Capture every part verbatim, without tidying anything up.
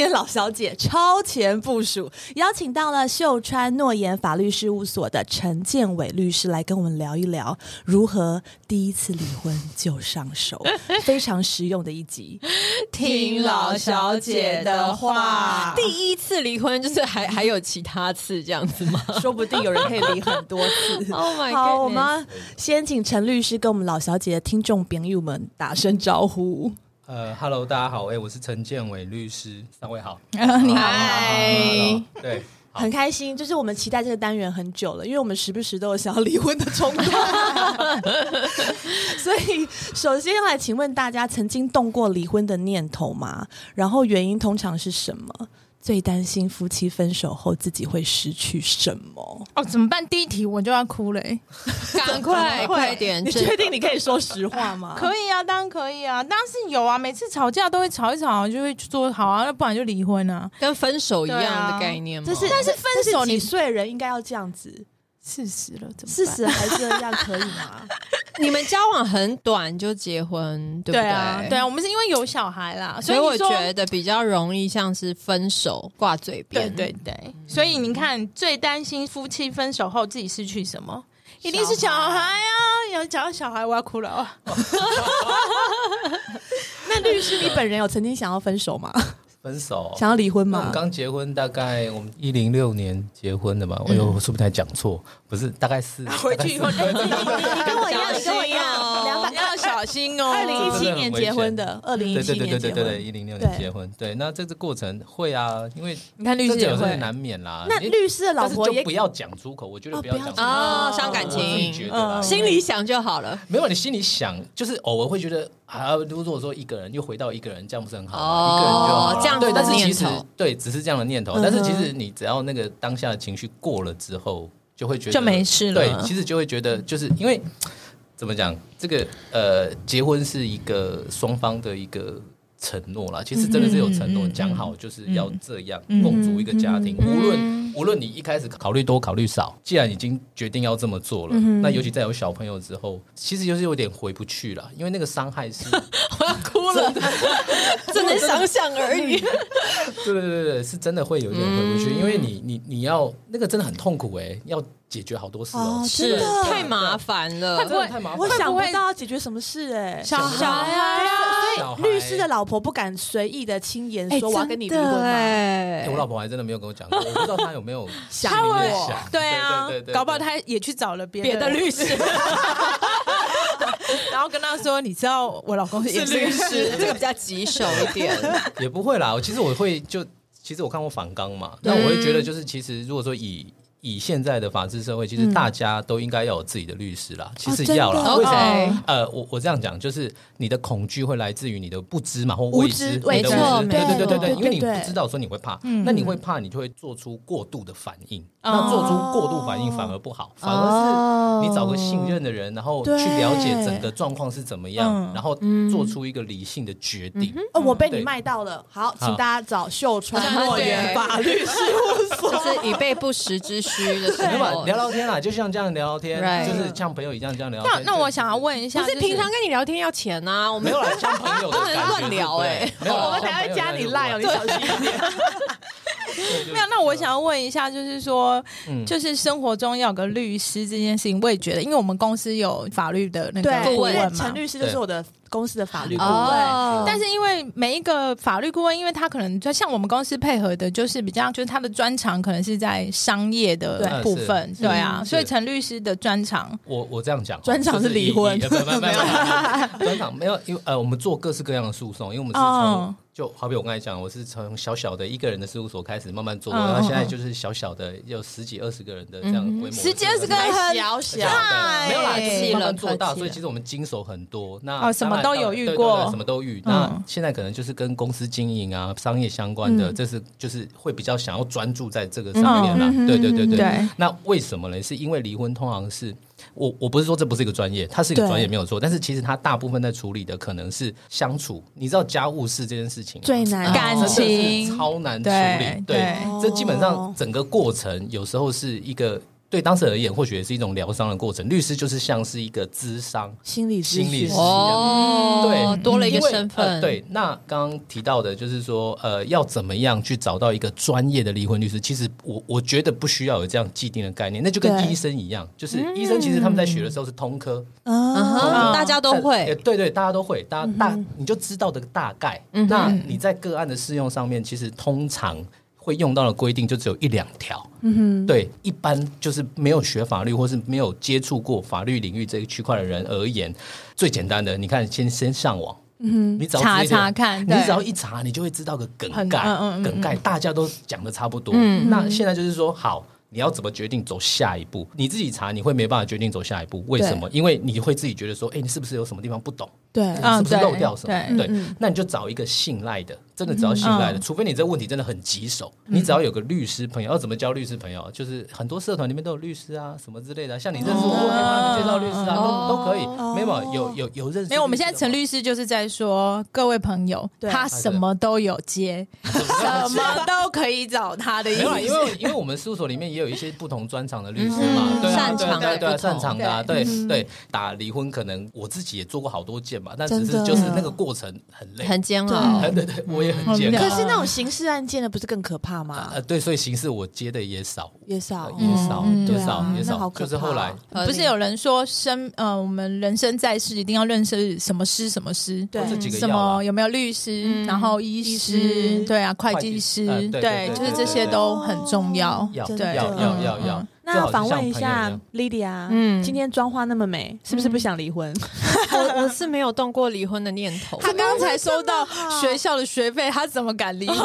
天老小姐超前部署，邀请到了秀川诺言法律事务所的陈建伟律师来跟我们聊一聊如何第一次离婚就上手，非常实用的一集。 听老小姐的话，第一次离婚就是还还有其他次这样子吗？ 说不定有人可以离很多次。 Oh my god！ 好，我们先请陈律师跟我们老小姐的听众朋友们打声招呼。 呃 ，Hello， 大家好，哎、欸，我是陈建伟律师，三位好， 你好， 嗨，对， 很开心，就是我们期待这个单元很久了，因为我们时不时都有想要离婚的冲动，所以首先要来请问大家，曾经动过离婚的念头吗？然后原因通常是什么？最担心夫妻分手后自己会失去什么？ 哦，怎么办？第一题我就要哭了、欸， 赶快快点！ 你确定你可以说实话吗？ 可以啊，当然可以啊，当然是有啊。每次吵架都会吵一吵，就会说好啊，那不然就离婚啊， 跟分手一样的概念吗？ 这是，但是分手你几岁人应该要这样子。 四十了，怎么办？ 四十还这样可以吗？ 你们交往很短就结婚，对不对？ 对啊，对啊，我们是因为有小孩啦， 所以我觉得比较容易像是分手挂嘴边。 对对对，嗯、所以你看，最担心夫妻分手后自己失去什么？一定是小孩啊！要讲到小孩，我要哭了啊！ 那律师，你本人有曾经想要分手吗？ 分手想要离婚吗？ 我们刚结婚，大概我们一零六年结婚的嘛，我有是不是还讲错？不是，大概是回去以后，你跟我一样，你跟我一样，两百要小心哦。 二零一七年结婚的，二零一七年结婚， 对对对对对对，一零六年结婚。对，那这个过程会啊，因为你看律师也会难免啦。 那律师的老婆也不要讲出口，我觉得不要讲出口哦，伤感情，心里想就好了。 没有，你心里想，就是偶尔会觉得啊，如果说一个人又回到一个人，这样不是很好吗？一个人就好， 这样对，但是其实对，只是这样的念头，但是其实你只要那个当下的情绪过了之后。就会觉得就没事了。 对，其实就会觉得，就是因为怎么讲，这个呃，结婚是一个双方的一个承诺啦。其实真的是有承诺，讲、嗯、好就是要这样、嗯、共组一个家庭。嗯、无论无论你一开始考虑多考虑少，既然已经决定要这么做了，嗯、那尤其在有小朋友之后，其实就是有点回不去了，因为那个伤害是我要哭了，只能想想而已。 对对对对，是真的会有点回不去，嗯、因为你你你要那个真的很痛苦哎、欸，要解决好多事哦， 哦是太麻烦了， 真的太麻烦了。 我想不到要解决什么事哎、欸， 小孩啊，所以律师的老婆不敢随意的轻言说我要跟你离婚吗？ 哎、 欸，我老婆还真的没有跟我讲过，我不知道她有没有想过。 对啊， 对对对对， 搞不好他也去找了别的别的律师。 然后跟他说：“你知道我老公也是律师， 这个比较棘手一点。” 也不会啦，其实我会就其实我看过访纲嘛，那我会觉得就是其实如果说以以现在的法治社会，其实大家都应该要有自己的律师啦。嗯、其实要啦， 哦、 为什么？呃，我我这样讲，就是你的恐惧会来自于你的不知嘛，或未知， 没错， 对对对对对，因为你不知道，所以你会怕。嗯、那你会怕，你就会做出过度的反应。嗯、那做出过度反应反而不好，哦、反而是你找个信任的人，然后去了解整个状况是怎么样，然后做出一个理性的决定。 嗯、哦，我被你卖到了。好，请大家找秀川诺言法律事务所， 就是以备不时之需。的时候聊聊天啦，就像这样聊聊天， right. 就是像朋友一样这样聊天。 那那我想要问一下， 不是平常跟你聊天要钱啊？我没有啦，像朋友的不能乱聊哎、欸， 没有， 我等下会加你赖哦，你小心一点。 没有，那我想要问一下，就是说，嗯、就是生活中要有个律师这件事情，我也觉得，因为我们公司有法律的那个顾问嘛， 陈律师就是我的公司的法律顾问， 哦、但是因为每一个法律顾问，因为他可能就像我们公司配合的，就是比较就是他的专长可能是在商业的部分，对, 对啊，所以陈律师的专长， 我我这样讲， 专长是离婚， 没有没有专长没有，因为呃，我们做各式各样的诉讼，因为我们是从。哦就好比我刚才讲，我是从小小的一个人的事务所开始慢慢做，然后现在就是小小的有十几二十个人的这样规模， 十几二十个人很小小， 没有啦，就是慢慢做大，所以其实我们经手很多，那哦什么都有遇过， 对对对什么都遇。那现在可能就是跟公司经营啊、商业相关的，这是就是会比较想要专注在这个上面啦。对对对对。那为什么呢？是因为离婚通常是。我我不是说这不是一个专业，它是一个专业没有错，但是其实它大部分在处理的可能是相处。你知道家务事这件事情最难， 感情超难处理，对，对这基本上整个过程有时候是一个。 对当事人而言或许也是一种疗伤的过程，律师就是像是一个咨商心理心理师一样、 哦、 对， 多了一个身份、 呃、对。那刚刚提到的就是说呃，要怎么样去找到一个专业的离婚律师，其实我我觉得不需要有这样既定的概念，那就跟医生一样，就是医生其实他们在学的时候是通科、 嗯嗯、大家都会， 对对，大家都会，大家大你就知道的大概、嗯、那你在个案的适用上面其实通常会用到的规定就只有一两条，嗯哼，对，一般就是没有学法律或是没有接触过法律领域这个区块的人而言，最简单的，你看先先上网，嗯哼，你只要查查看， 你只要一查，你就会知道个梗概，嗯嗯嗯梗概大家都讲的差不多。 嗯， 那现在就是说，好，你要怎么决定走下一步？你自己查，你会没办法决定走下一步，为什么？因为你会自己觉得说，哎、欸，你是不是有什么地方不懂？ 对， 你是不是漏掉什么？ 嗯、 对，对嗯、那你就找一个信赖的。真的只要信赖的、嗯、除非你这个问题真的很棘手、嗯、你只要有个律师朋友，要怎么交律师朋友，就是很多社团里面都有律师啊什么之类的，像你认识我，我可以帮你介绍律师啊、哦、都, 都可以、哦、没有有有有认识。 没有，我们现在陈律师就是在说各位朋友，他什么都有接，什么都可以找他的意思。 没有，因为因为我们事务所里面也有一些不同专长的律师嘛， 嗯、 对啊， 擅长的对对对，擅长的啊，对、嗯、对，打离婚可能我自己也做过好多件嘛，但只是就是那个过程很累， 很煎熬， 对对对，我也很煎熬。 可是那种刑事案件的不是更可怕吗？ 呃，对，所以刑事我接的也少， 也少， 也少， 嗯、 也少， 啊、 也少。就是后来不是有人说生呃，我们人生在世一定要认识什么师什么师， 对， 这几个什么有没有律师，嗯、然后医师，医师对啊，会计师， 呃、对, 对，就是这些都很重要， 要对， 要要要要。嗯那访问一下 Lydia， 嗯，今天妆化那么美，是不是不想离婚？ 我我是没有动过离婚的念头。 他刚才收到学校的学费，他怎么敢离婚？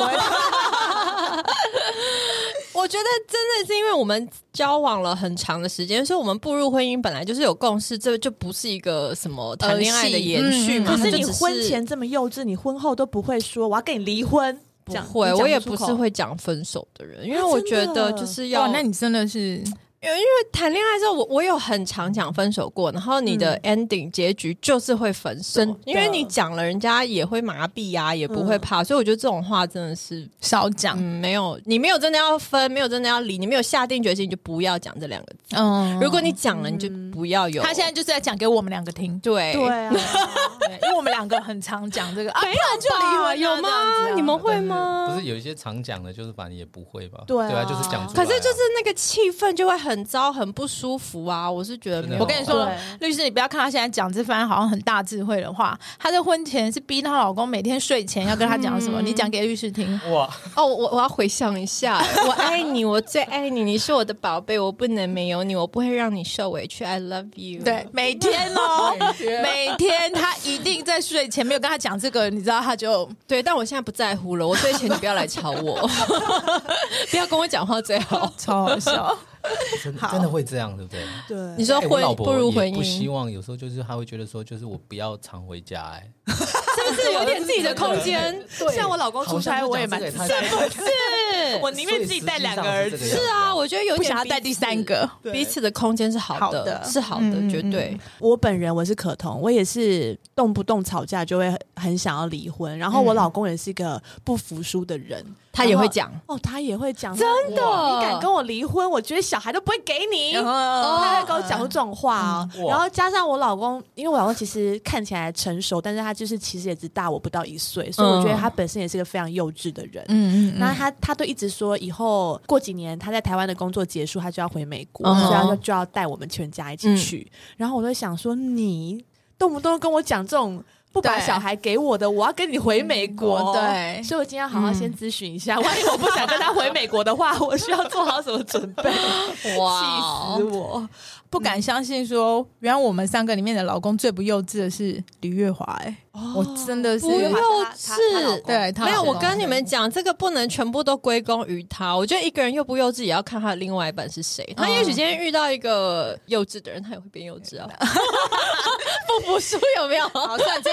我觉得真的是因为我们交往了很长的时间，所以我们步入婚姻本来就是有共识，这就不是一个什么谈恋爱的延续嘛。 可是你婚前这么幼稚，你婚后都不会说我要跟你离婚。 不会，我也不是会讲分手的人，因为我觉得就是要， 哇，那你真的是。 因为谈恋爱之后，我我有很常讲分手过，然后你的 ending 结局就是会分手，嗯、因为你讲了，人家也会麻痹啊，也不会怕，嗯、所以我觉得这种话真的是少讲。 嗯，没有，你没有真的要分，没有真的要离，你没有下定决心，你就不要讲这两个字。嗯，如果你讲了，你就不要有。 他现在就是在讲给我们两个听， 对对啊， 对，因为我们两个很常讲这个啊， 没有就离婚，有吗？你们会吗？ 不是有一些常讲的，就是反正也不会吧？ 对对啊，就是讲出来。 可是就是那个气氛就会很糟，很不舒服啊！我是觉得没有。 我跟你说，律师，你不要看他现在讲这番好像很大智慧的话，她在婚前是逼她老公每天睡前要跟她讲什么，嗯、你讲给律师听。 哇！ 哦，我我要回想一下，我爱你，我最爱你，你是我的宝贝，我不能没有你，我不会让你受委屈。I love you。 对，每天哦，每天他一定在睡前没有跟他讲这个，你知道他就对。但我现在不在乎了，我睡前你不要来吵我，不要跟我讲话最好， 超好笑。 真的真的会这样，对不对？ 对， 你说婚步入婚姻， 不希望有时候就是他会觉得说，就是我不要常回家、欸，哎， 是不是有点自己的空间？ 像我老公出差，我也蛮是不是？我宁愿自己带两个儿子。 是啊，我觉得有点不想要带第三个， 彼此的空间是好的，是好的，嗯、绝对。 我本人我是可彤，我也是动不动吵架就会很想要离婚，然后我老公也是一个不服输的人。 他也会讲哦，他也会讲， 真的， 你敢跟我离婚，我觉得小孩都不会给你。哦、他会跟我讲出这种话啊、哦。嗯、然后加上我老公，因为我老公其实看起来成熟，但是他就是其实也只大我不到一岁，所以我觉得他本身也是个非常幼稚的人。嗯嗯。那他他都一直说，以后过几年他在台湾的工作结束，他就要回美国，嗯、所以他就就要带我们全家一起去。嗯、然后我就想说，你动不动跟我讲这种。不把小孩给我的，我要跟你回美国。 对， 所以我今天要好好先咨询一下，嗯、万一我不想跟他回美国的话，我需要做好什么准备？哇，气死我！ 不敢相信说，原来我们三个里面的老公最不幼稚的是李月华、欸。哎、哦，我真的是不幼稚。 对， 没有，我跟你们讲，这个不能全部都归功于他。我觉得一个人幼不幼稚，也要看他的另外一半是谁。他也许今天遇到一个幼稚的人，他也会变幼稚啊。不服输有没有？ 好，算这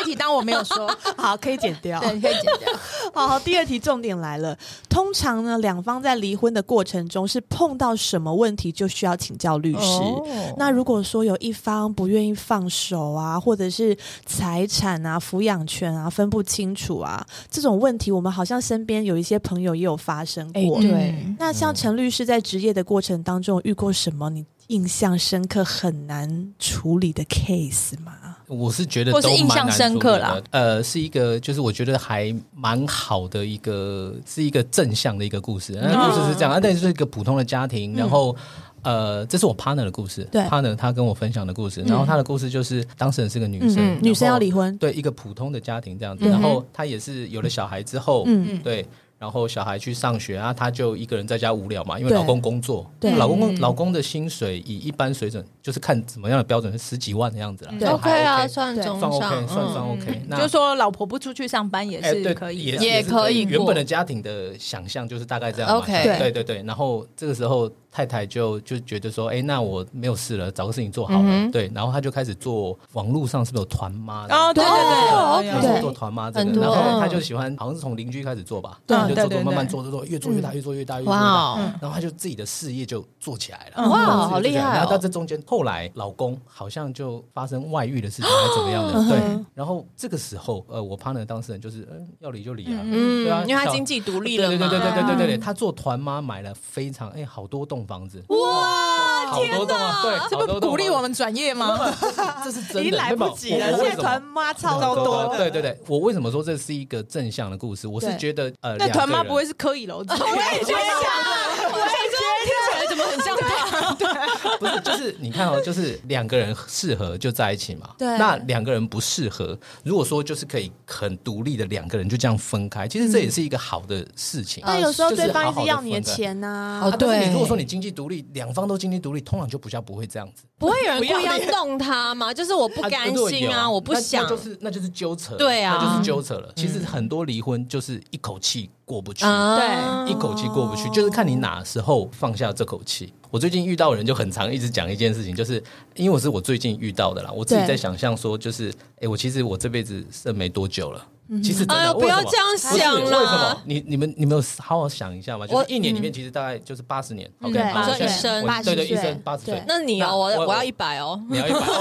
题当我没有说。 好，可以剪掉。 对，可以剪掉。 好，第二题重点来了。通常呢，两方在离婚的过程中是碰到什么问题就需要请教律师。哦、那如果说有一方不愿意放手啊，或者是财产啊、抚养权啊分不清楚啊，这种问题我们好像身边有一些朋友也有发生过。 欸、对。 那像陈律师在职业的过程当中有遇过什么你印象深刻很难处理的 case 吗？ 我是觉得都蛮难处理的， 或是印象深刻啦。 呃，是一个就是我觉得还蛮好的一个，是一个正向的一个故事。那故事是这样，那、嗯、是一个普通的家庭，然后。呃，这是我 partner 的故事， 对 partner 他跟我分享的故事，然后他的故事就是当事人是个女生， 嗯、女生要离婚， 对一个普通的家庭这样子，嗯、然后他也是有了小孩之后，嗯，对。然后小孩去上学啊，她就一个人在家无聊嘛，因为老公工作，对，老公、嗯、老公的薪水以一般水准，就是看怎么样的标准是十几万的样子啦， 对 OK 啊，算中上， 算 OK， 算算 OK、嗯。那就说老婆不出去上班也是可以的， 欸、 也可以过。 原本的家庭的想象就是大概这样嘛 ，OK， 对对对。然后这个时候太太就就觉得说，哎、欸，那我没有事了，找个事情做好了，嗯、对。然后他就开始做网络上是不是有团妈？ 哦，对对对， 哦开始做团妈这个，然后他就喜欢，好像是从邻居开始做吧，对，就做做慢慢做。做越做越大，越做越大，越做越大，嗯、然后他就自己的事业就做起来了， 哇，好厉害、哦！ 然后他这中间，后来老公好像就发生外遇的事情，还是怎么样的？对，然后这个时候，呃，我 partner 当事人就是，嗯，要离就离啊， 嗯， 对啊， 因为他经济独立了嘛， 对对对对对对对对，他做团妈买了非常哎好多栋房子， 哇， 好多栋啊，对， 这不鼓励我们转业吗？ 这是真的， 已经来不及了，现在团妈超多， 对对对，我为什么说这是一个正向的故事？我是觉得，呃， 那团妈不会是柯以柔？我也觉得，我也觉得听起来怎么很像他？对， 不是，就是你看哦，就是两个人适合就在一起嘛。 对， 那两个人不适合，如果说就是可以很独立的两个人就这样分开，其实这也是一个好的事情。 那、嗯、有时候对方一直要你的钱啊， 哦，对。但是你如果说你经济独立，两方都经济独立，通常就比较不会这样子。 不会有人故意要弄他吗？就是我不甘心啊，啊我不想， 那就是那就是纠扯， 对啊， 那就是纠扯了。其实很多离婚就是一口气过不去， 啊、 对，一口气过不去，就是看你哪时候放下这口气。我最近遇到的人就很常一直讲一件事情，就是因为我是我最近遇到的啦，我自己在想象说，就是哎、欸，我其实我这辈子剩没多久了。其实真的， 哎呦，不要这样想了。 为什么？你你们你们有好好想一下嘛？就是一年里面其实大概就是八十年。OK， 我说一生， 对对，一生八十岁。 那你哦，我我要一百哦。 你要一百 ？OK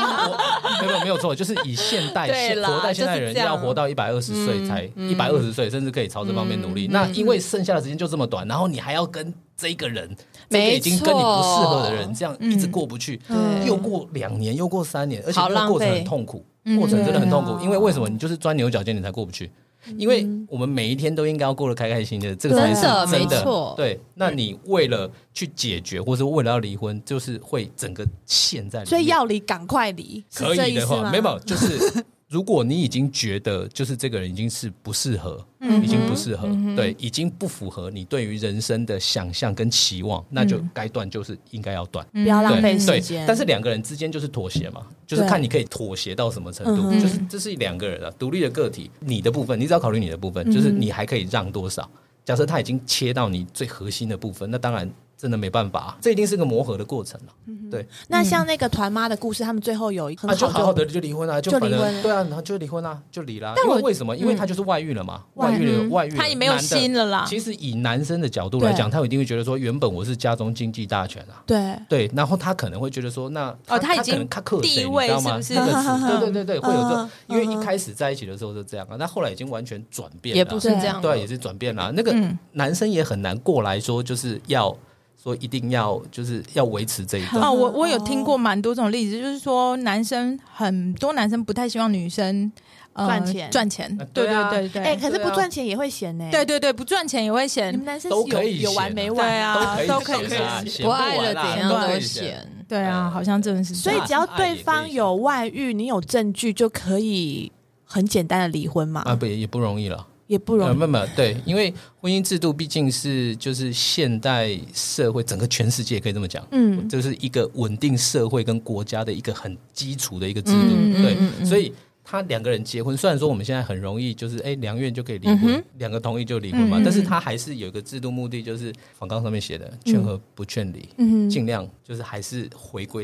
OK， 没有没有错，就是以现代活在现代人要活到一百二十岁才一百二十岁，甚至可以朝这方面努力。那因为剩下的时间就这么短，然后你还要跟这个人，这个已经跟你不适合的人，这样一直过不去，又过两年，又过三年，而且这个过程很痛苦。过程真的很痛苦，因为为什么？你就是钻牛角尖，你才过不去。因为我们每一天都应该要过得开开心心的，这个才是真的。 没错， 对。那你为了去解决，或是为了要离婚，就是会整个陷在里面。 所以要离，赶快离。 可以的话，没有，就是如果你已经觉得，就是这个人已经是不适合，嗯、已经不适合，嗯、对，已经不符合你对于人生的想象跟期望，那就该断，就是应该要断， 不要浪费时间。 但是两个人之间就是妥协嘛，就是看你可以妥协到什么程度。就是这是两个人啊，独立的个体，你的部分，你只要考虑你的部分，就是你还可以让多少。假设他已经切到你最核心的部分，那当然真的没办法，这一定是个磨合的过程了。嗯、对， 那像那个团妈的故事，他们最后有一个啊，就好好的就离婚了， 就离婚， 对啊，然后就离婚啦，就离啦。但我为什么？因为他就是外遇了嘛，嗯、外遇了，外遇了， 他也没有心了啦。 其实以男生的角度来讲，他一定会觉得说，原本我是家中经济大权啊， 对对，然后他可能会觉得说，那哦，他已经地位是不是？ 对对对对，会有这，因为一开始在一起的时候是这样啊，那后来已经完全转变了， 也不是这样， 对，也是转变了。那个男生也很难过来说，就是要。说一定要就是要维持这一段哦，我我有听过蛮多种例子，就是说男生很多男生不太希望女生赚、呃、钱赚钱，对对对对， 哎、欸，可是不赚钱也会嫌呢、欸， 对对对，不赚钱也会嫌。 你们男生是都可以有完没完啊？ 都可以嫌， 不爱了怎样都嫌。 对啊，好像真的是。 所以只要对方有外遇，你有证据就可以很简单的离婚嘛？ 啊，不也不容易了。 也不容易， 没有没有，对，因为婚姻制度毕竟是就是现代社会整个全世界可以这么讲，嗯，这是一个稳定社会跟国家的一个很基础的一个制度，嗯、对，嗯嗯、所以他两个人结婚，虽然说我们现在很容易就是哎两愿就可以离婚，两、嗯、个同意就离婚嘛，嗯、但是他还是有一个制度目的，就是访纲上面写的劝和不劝离，嗯，尽量就是还是回归到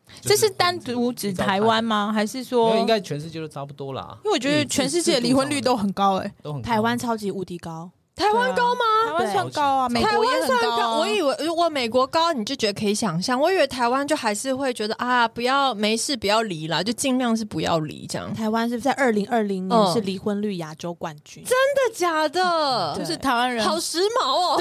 这是单独指台湾吗？还是说应该全世界都差不多啦？ 因为我觉得全世界离婚率都很高哎、欸， 都很高。 台湾超级无敌高。 台湾高吗？ 台湾算高啊，美国也很高、啊、 台湾算高。我以为如果美国高，你就觉得可以想象。我以为台湾就还是会觉得啊，不要没事，不要离啦，就尽量是不要离这样。 台湾是在二零二零年是离婚率亚洲冠军、 嗯，真的假的？ 就是台湾人好时髦哦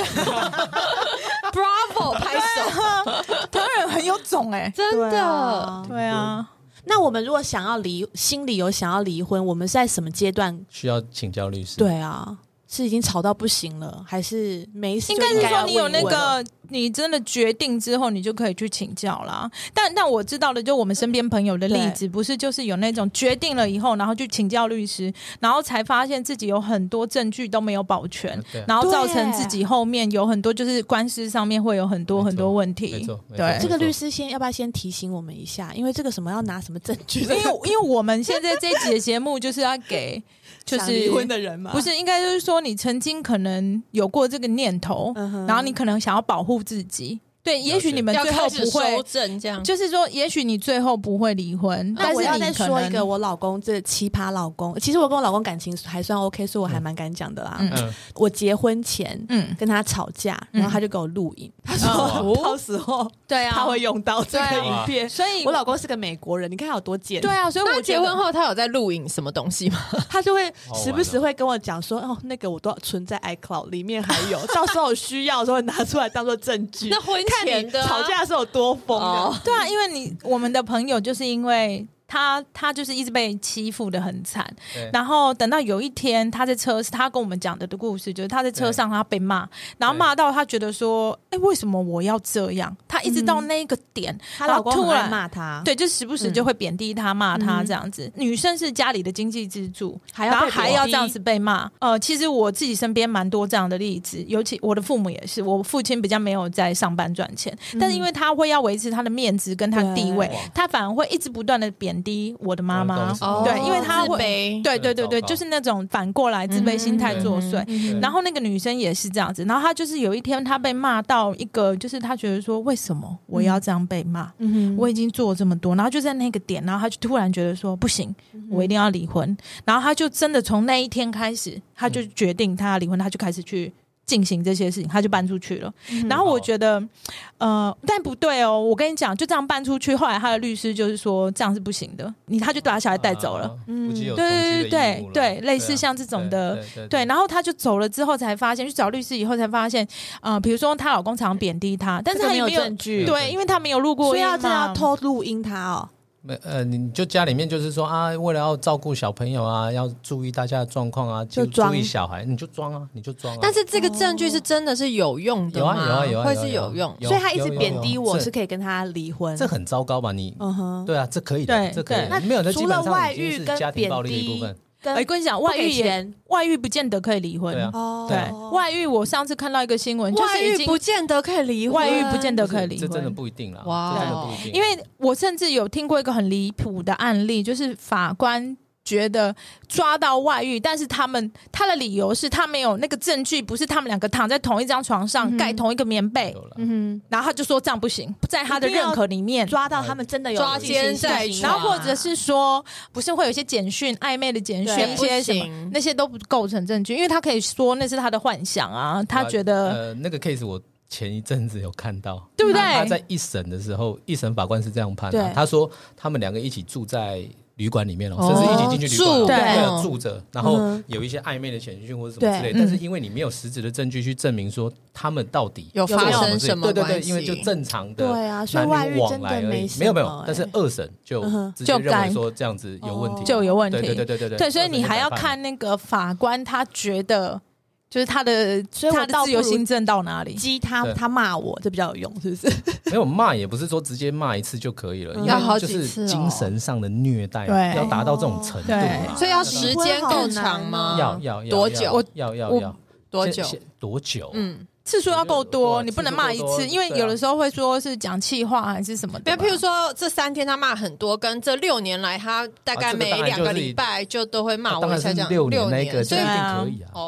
！Bravo， 拍手！ 台湾人很有种哎、欸， 真的。 对啊， 对啊。 那我们如果想要离，心里有想要离婚，我们是在什么阶段需要请教律师？ 对啊。是已经吵到不行了，还是没事？ 应该是说你有那个，你真的决定之后，你就可以去请教啦。但但我知道的，就我们身边朋友的例子，不是就是有那种决定了以后，然后去请教律师，然后才发现自己有很多证据都没有保全，然后造成自己后面有很多就是官司上面会有很多很多问题。 对，这个律师先要不要先提醒我们一下？因为这个什么要拿什么证据？ 因为因为我们现在这一集的节目就是要给。就是离婚的人嘛， 不是应该就是说你曾经可能有过这个念头，嗯、然后你可能想要保护自己。对，也许你们最后不会， 这样就是说，也许你最后不会离婚。但是我要再说一个，我老公这奇葩老公，其实我跟我老公感情还算 OK， 所以我还蛮敢讲的啦。嗯、我结婚前，嗯，跟他吵架，然后他就给我录影，嗯、他说到时候对啊， 他会用到这个影片。 所以我老公是个美国人，你看他有多贱。 对啊，所以我结婚后他有在录影什么东西吗？ 他就会时不时会跟我讲说，哦，那个我都存在 iCloud 里面，还有到时候需要的时候拿出来当做证据。 那婚前的、啊、 吵架。是有多疯的、哦、 对啊，因为你我们的朋友就是因为他他就是一直被欺负的很惨，然后等到有一天他在车，他跟我们讲的的故事就是他在车上他被骂，然后骂到他觉得说，哎，为什么我要这样？他一直到那个点， 她、嗯、老公突然骂他， 对，就时不时就会贬低他、骂他这样子。嗯、女生是家里的经济支柱， 还要然后还要这样子被骂。呃，其实我自己身边蛮多这样的例子，尤其我的父母也是，我父亲比较没有在上班赚钱，嗯、但是因为他会要维持他的面子跟他的地位，他反而会一直不断的贬低我的妈妈。 哦、 对，因为他会，对对对对， 对就是那种反过来自卑心态作祟。嗯、然后那个女生也是这样子，然后她就是有一天她被骂到一个，就是她觉得说，为什么我要这样被骂？嗯、我已经做了这么多，然后就在那个点，然后她就突然觉得说，不行，我一定要离婚。然后她就真的从那一天开始，她就决定她要离婚，她就开始去进行这些事情，他就搬出去了。嗯、然后我觉得，呃，但不对哦。我跟你讲，就这样搬出去，后来他的律师就是说这样是不行的，你他就把小孩带走了。 嗯，对对对对对，类似像这种的，对。然后他就走了之后才发现，去找律师以后才发现，呃，比如说她老公常贬低她，但是他也没有证据， 对，因为他没有录过音嘛， 所以要这样偷录音他哦。 没呃，你就家里面就是说啊，为了要照顾小朋友啊，要注意大家的状况啊，就注意小孩，你就装啊，你就装啊。 但是这个证据是真的是有用的吗？ 有啊有啊有啊， 会是有用。 所以他一直贬低我是可以跟他离婚， 这很糟糕吧？你，嗯哼，对啊，这可以的， 对， 这可以。 那没有， 除了外遇跟贬低， 哎，跟你讲，外遇也外遇不见得可以离婚。 对啊， 对，外遇我上次看到一个新闻，就是外遇不见得可以离婚， 外遇不见得可以离婚， 这真的不一定啦。 哇， 真的不一定。 因为我甚至有听过一个很离谱的案例，就是法官觉得抓到外遇，但是他们他的理由是他没有那个证据，不是他们两个躺在同一张床上、嗯、盖同一个棉被，嗯，然后他就说这样不行，在他的认可里面抓到他们真的有抓奸在床， 然后或者是说不是会有一些简讯暧昧的简讯，一些什么那些都不构成证据，因为他可以说那是他的幻想啊，他觉得呃那个 case 我前一阵子有看到， 对不对？ 他在一审的时候，一审法官是这样判的、啊，他说他们两个一起住在旅馆里面哦，甚至一起进去旅馆、哦、对住着，然后有一些暧昧的简讯或者什么之类的，但是因为你没有实质的证据去证明说他们到底有发生什么关系， 对对对，因为就正常的对啊，所以外遇真的没什么， 没有没有，但是二审就直接认为说这样子有问题， 就有问题， 对对对对对对，所以你还要看那个法官他觉得。就是他的，所以他的自由心证到哪里？ 激他，他骂我，这比较有用，是不是？ 没有骂，也不是说直接骂一次就可以了，因为就是精神上的虐待，要达到这种程度嘛。 所以要时间够长吗？ 要要要多久？ 要要要多久？ 多久？ 嗯。次数要够多，你不能骂一次，因为有的时候会说是讲气话还是什么的。 比如说这三天他骂很多，跟这六年来他大概每两个礼拜就都会骂我一下，这样六年那个就一定可以啊。哦，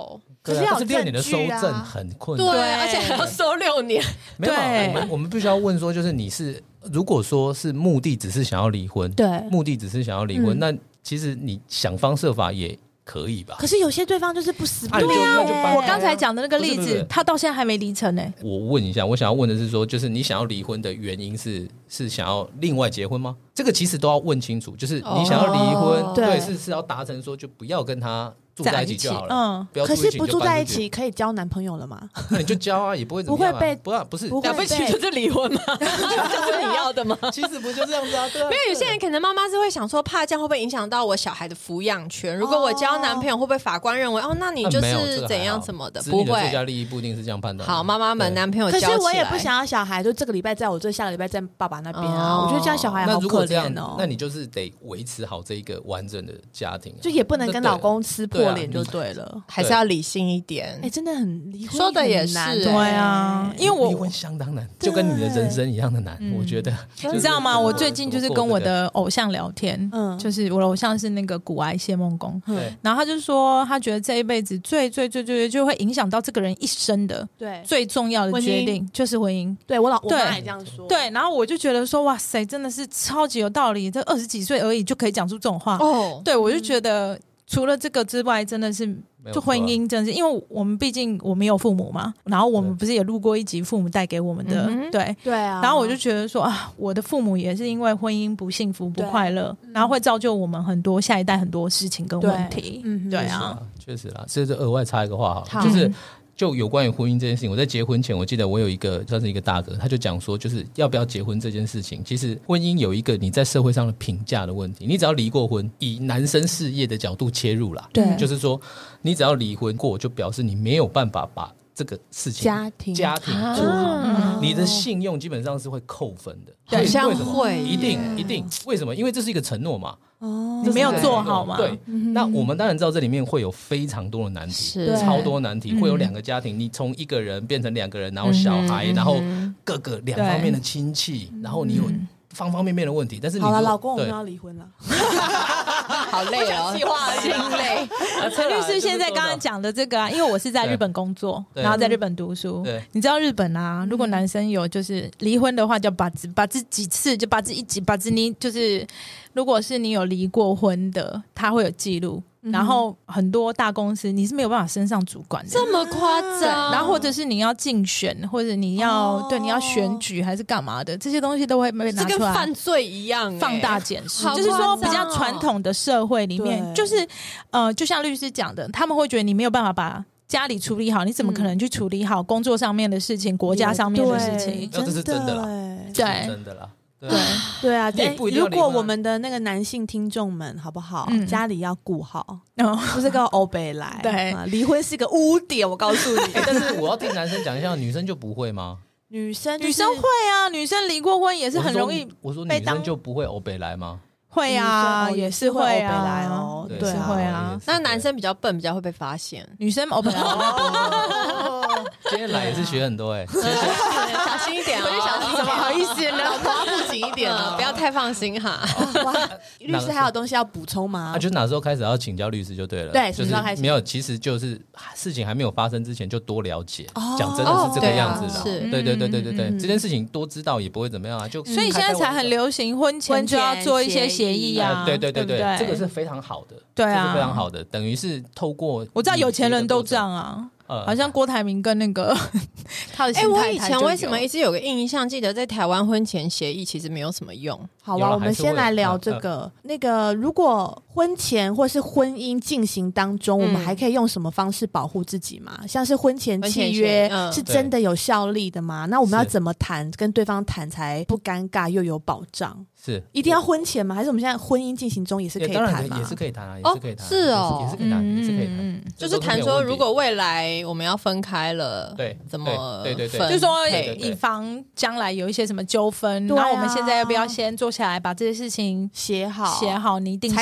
可是要有六年的收证据啊证很困难， 对，而且还要收六年。 没有嘛， 对我们我们必须要问说，就是你是如果说是目的只是想要离婚， 对目的只是想要离婚， 嗯那其实你想方设法也可以吧？ 可是有些对方就是不死不啊你就对那就搬我刚才讲的那个例子不是不是， 他到现在还没离成呢、欸。 我问一下，我想要问的是说，就是你想要离婚的原因是是想要另外结婚吗？这个其实都要问清楚，就是你想要离婚， 哦对， 对是是要达成说就不要跟他住在一起就好了， 嗯， 不要可是不住一起就住在一起搬出去， 可以交男朋友了吗？ 那你就交啊，也不会怎么样、啊， 不会被不啊不是不会了不起就是离婚吗？就是你要的吗？ 其实不就这样子啊？对啊， 没有，有些人可能妈妈是会想说，怕这样会不会影响到我小孩的抚养权？如果我交男朋友，会不会法官认为哦，那你就啊没有这是怎个还好样什么的？ 子女不会。 的最佳利益不一定是这样判断的。 好，妈妈们， 对男朋友可交起来。 是我也不想要小孩，就这个礼拜在我这，下个礼拜在爸爸那边啊。 哦我觉得这样小孩好那如果这样可怜哦，。 那你就是得维持好这一个完整的家庭、啊， 就也不能跟对老公撕破脸就对啊对了。 还是要理性一点哎，。真的很离婚说的也很难是对对啊，因为我离婚相当难，就跟你的人生一样的难。我觉得， 你知道吗？我最近就是跟我的偶像聊天， 嗯就是我的偶像是那个古癌谢梦工， 对然后他就说他觉得这一辈子最最最最就会影响到这个人一生的对最重要的决定就是婚姻。 对我老我对妈也这样说。 对，然后我就觉得说，哇塞，真的是超级有道理，这二十几岁而已就可以讲出这种话。 哦， 对，我就觉得除了这个之外，真的是没有就婚姻真的是，因为我们毕竟我们有父母嘛，然后我们不是也录过一集父母带给我们的， 嗯哼对。 对啊， 然后我就觉得说啊，我的父母也是因为婚姻不幸福、不对快乐，然后会造就我们很多下一代很多事情跟问题。 嗯对啊是啊，，确实啦。这是额外插一个话哈， 好就是就有关于婚姻这件事情，我在结婚前，我记得我有一个算是一个大哥，他就讲说，就是要不要结婚这件事情，其实婚姻有一个你在社会上的评价的问题。你只要离过婚，以男生事业的角度切入啦， 对就是说你只要离婚过，就表示你没有办法把这个事情家庭家庭啊做好。 嗯你的信用基本上是会扣分的， 好像为什么会一定耶一定，为什么？因为这是一个承诺嘛。 哦你没有这是一个做好嘛？ 对，那我们当然知道这里面会有非常多的难题， 是对超多难题，会有两个家庭，你从一个人变成两个人，然后小孩， 嗯哼然后嗯各个两方面的亲戚，然后你有方方面面的问题。但是你好了， 如果老公，我们对要离婚了。 好累哦，心累。 陈律师现在刚刚讲的这个啊，因为我是在日本工作， 对然后在日本读书对。 你知道日本啊，如果男生有就是离婚的话，叫把子把子几次就把子一级把子你就是，如果是你有离过婚的，他会有记录。然后很多大公司你是没有办法升上主管的， 这么夸对， 张？ 然后或者是你要竞选，或者你要、 哦对你要选举还是干嘛的，这些东西都会被拿这跟出来犯罪一样欸， 放大检视， 好就是说夸张哦比较传统的社会里面， 对就是呃，就像律师讲的，他们会觉得你没有办法把家里处理好，你怎么可能去处理好工作上面的事情、国家上面的事情？ 那这是真的啦欸这是对真的啦。对对， 对啊， 你也哎不一定要离婚啊如果我们的那个男性听众们，好不好？ 嗯家里要顾好， 哦不是跟欧北来。 对啊离婚是个污点，我告诉你。 哎但是我要听男生讲一下，女生就不会吗？ 女生就是女生会啊，女生离过婚也是很容易我说被当女生就不会欧北来吗？ 会啊， 女生哦也是会也是会欧北来啊哦， 对也是会啊也。是那男生比较笨，比较会被发现。 女生哦，本来今天来也是学很多哎， 小心一点哦， 小心一点怎么好意思呢？抓不紧一点呢，不要太放心哈。 哇，律师还有东西要补充吗？ 啊，就哪时候开始要请教律师就对了。 对就是什么时候开始没有，其实就是事情还没有发生之前就多了解。 哦讲真的是这个样子的， 哦对啊是对对对对对对， 嗯这件事情多知道也不会怎么样啊。就所以现在才很流行婚前婚前就要做一些协议啊， 哎对对对对不对， 这个是非常好的， 对啊这是非常好的，等于是透过我知道有钱人都这样啊。 呃好像郭台铭跟那个他的哎、 新我以太太就有前为什么一直有个印象，记得在台湾婚前协议其实没有什么用。 好吧， 有啦我们先来聊这个。那个，如果婚前或是婚姻进行当中， 嗯我们还可以用什么方式保护自己吗？像是婚前婚前契约协议嗯是真的有效力的吗？那我们要是怎么谈，跟对方谈才不尴尬又有保障？ 是一定要婚前吗？还是我们现在婚姻进行中也是可以也当然谈吗？ 可以也是可以谈啊，也哦是可以谈啊， 是哦也是也是可以谈，也是可以谈嗯， 就是谈说，如果未来我们要分开了， 对怎么对对对对分就说配对对以防将来有一些什么纠纷， 对啊然后我们现在要不要先坐下来把这些事情写好， 写好、拟定下来？ 财产也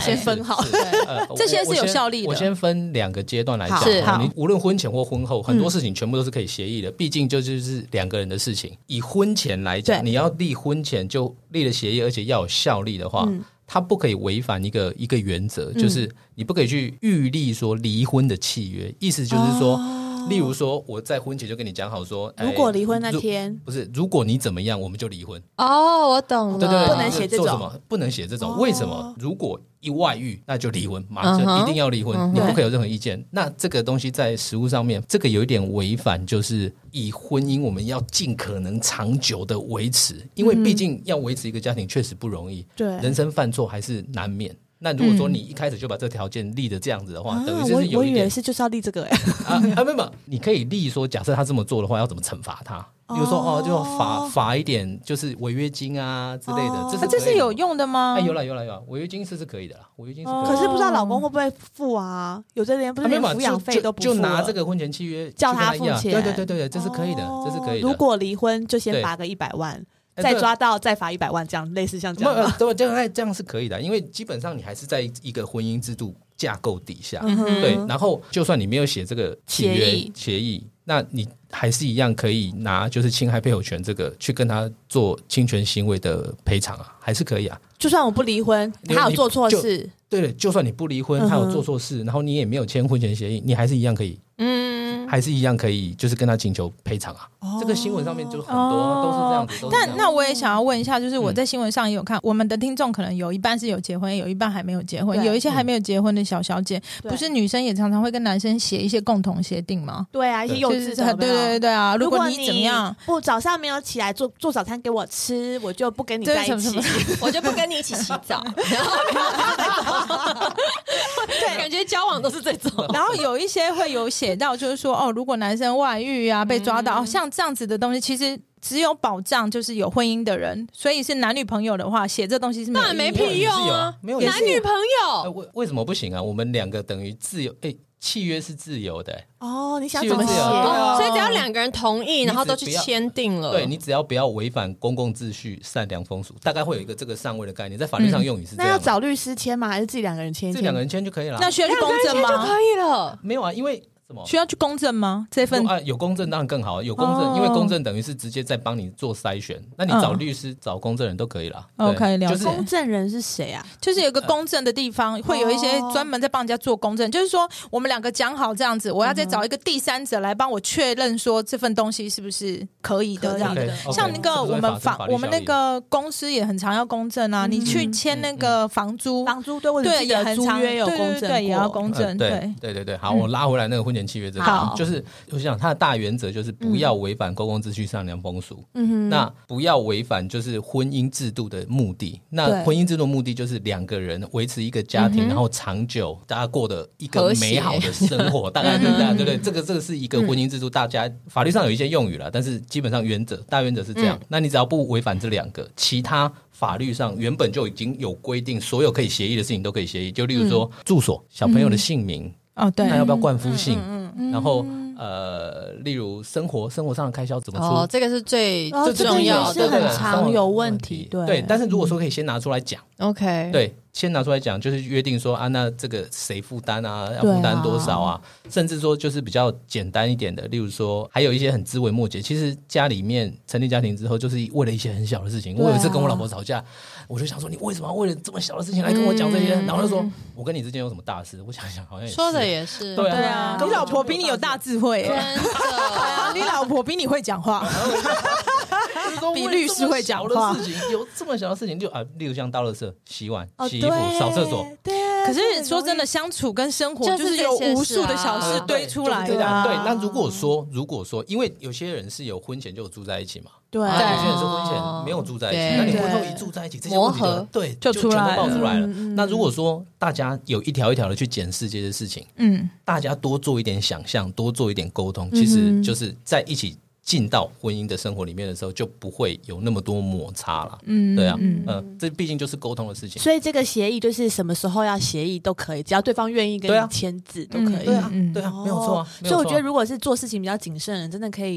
先分好。 呃、 这些是有效力的。 我 先, 我先分两个阶段来讲，你无论婚前或婚后，很多事情全部都是可以协议的，毕、嗯、竟就就是两个人的事情。以婚前来讲，你要立婚前就立了协议，而且要有效力的话。嗯，它不可以违反一个一个原则，就是你不可以去预立说离婚的契约，意思就是说、哦、例如说我在婚前就跟你讲好说， 如果离婚那天不是，如果你怎么样我们就离婚。 哦，我懂了， 对对对， 不能写这种， 做什么不能写这种、哦、为什么？如果一外遇那就离婚，马上一定要离婚、嗯、你不可以有任何意见。那这个东西在实务上面，这个有一点违反，就是以婚姻我们要尽可能长久的维持，因为毕竟要维持一个家庭确实不容易，对、嗯，人生犯错还是难免。那如果说你一开始就把这条件立的这样子的话、嗯、等于就是有一点， 我以为是就是要立这个哎、 欸，啊啊没有，你可以立说，假设他这么做的话，要怎么惩罚他？比如说哦，就罚罚一点，就是违约金啊之类的，哦、这是、啊、 这是有用的吗？ 哎，有啦有啦有啦，违约金是是可以的啦，违约金是可以的、哦。 可是不知道老公会不会付啊？有的人不是连抚养费都不付、 啊就，就拿这个婚前契约叫他付钱， 对对对对，这是可以的，哦、这是可以的。 如果离婚就先罚个一百万。再抓到再罚一百万，这样类似像这样吗？ 对，这样这样是可以的，因为基本上你还是在一个婚姻制度架构底下，嗯、对。然后就算你没有写这个契约协议，那你还是一样可以拿就是侵害配偶权这个去跟他做侵权行为的赔偿啊，还是可以啊。 就算我不离婚，他有做错事， 对了，就算你不离婚，他有做错事，然后你也没有签婚前协议，你还是一样可以，嗯，还是一样可以，就是跟他请求赔偿啊。哦、这个新闻上面就很多、哦、都是这样子。都是这样子。 但那我也想要问一下，就是我在新闻上也有看，嗯、我们的听众可能有一半是有结婚，有一半还没有结婚，有一些还没有结婚的小小姐，不是女生也常常会跟男生写一些共同协定吗？ 对啊，一些幼稚的， 对对对啊。如果你怎么样， 不早上没有起来做做早餐给我吃，我就不跟你在一起， 我就不跟你一起洗澡。然后对，感觉交往都是这种。 然后有一些会有写到，就是说哦，如果男生外遇啊被抓到，嗯、像这样子的东西，其实只有保障就是有婚姻的人，所以是男女朋友的话，写这东西是没有意义的， 当然没屁用啊， 没有男女朋友、 呃、为为什么不行啊？我们两个等于自由，哎。契约是自由的、欸、 哦，你想怎么写、 哦？所以只要两个人同意，然后都去签订了， 对，你只要不要违反公共秩序、善良风俗，大概会有一个这个上位的概念，在法律上用语是这样、嗯。 那要找律师签吗？还是自己两个人签？ 自己两个人签就可以了。 那需要去公证吗？ 就可以了。 没有啊，因为。 需要去公证吗？这份啊，有公证当然更好，有公证，哦、因为公证等于是直接在帮你做筛选。那你找律师、嗯、找公证人都可以啦。 OK， 了解。 就是公证人是谁啊？ 就是有个公证的地方，呃、会有一些专门在帮人家做公证。哦、就是说，我们两个讲好这样子，我要再找一个第三者来帮我确认说这份东西是不是可以的这样子。Okay, okay, 像那个我们房，我们那个公司也很常要公证啊。嗯、你去签那个房租， 房租对，或者对也很常约有公证， 对也要公证。 呃、对对对对，好，我拉回来那个婚前契约这个。好。就是我想它的大原则就是不要违反公共秩序、善良风俗。嗯，那不要违反就是婚姻制度的目的。那婚姻制度的目的就是两个人维持一个家庭，嗯、然后长久大家过的一个美好的生活。大概对大家对不对？这个这个是一个婚姻制度，大家法律上有一些用语啦，但是基本上原则大原则是这样。嗯、那你只要不违反这两个，其他法律上原本就已经有规定，所有可以协议的事情都可以协议。就例如说、嗯、住所、小朋友的姓名。嗯哦，对， 那要不要冠夫姓？嗯嗯，然后呃，例如生活生活上的开销怎么出？ 哦，这个是最最、哦、重要的，这个也是很常有问题。对对，但是如果说可以先拿出来讲 ，OK， 对，先拿出来讲，就是约定说啊，那这个谁负担啊，要负担多少啊？啊甚至说就是比较简单一点的，例如说还有一些很枝微末节。其实家里面成立家庭之后，就是为了一些很小的事情。啊、我有一次跟我老婆吵架，我就想说，你为什么要为了这么小的事情来跟我讲这些？嗯、然后她说，我跟你之间有什么大事？我想想，好像也是说的也是， 对啊， 对啊，你老婆比你有大智慧、欸，真的，对啊，你老婆比你会讲话。比律师会讲话， 事情有这么小的事情就啊，例如像倒垃圾、洗碗、洗衣服、扫厕所。 对， 可是说真的，相处跟生活就是有无数的小事堆出来的、啊。 对，那如果说如果说，因为有些人是有婚前就有住在一起嘛， 对， 有些人是婚前没有住在一起，那你婚后一住在一起，这些问题的对就全部爆出来了。那如果说大家有一条一条的去检视这些事情，嗯，大家多做一点想象，多做一点沟通，其实就是在一起。进到婚姻的生活里面的时候，就不会有那么多摩擦了。嗯，对啊，嗯、呃，这毕竟就是沟通的事情。 所以这个协议就是什么时候要协议都可以，只要对方愿意跟你签字都可以。 对啊，对啊，没有错啊。 所以我觉得，如果是做事情比较谨慎的人，真的可以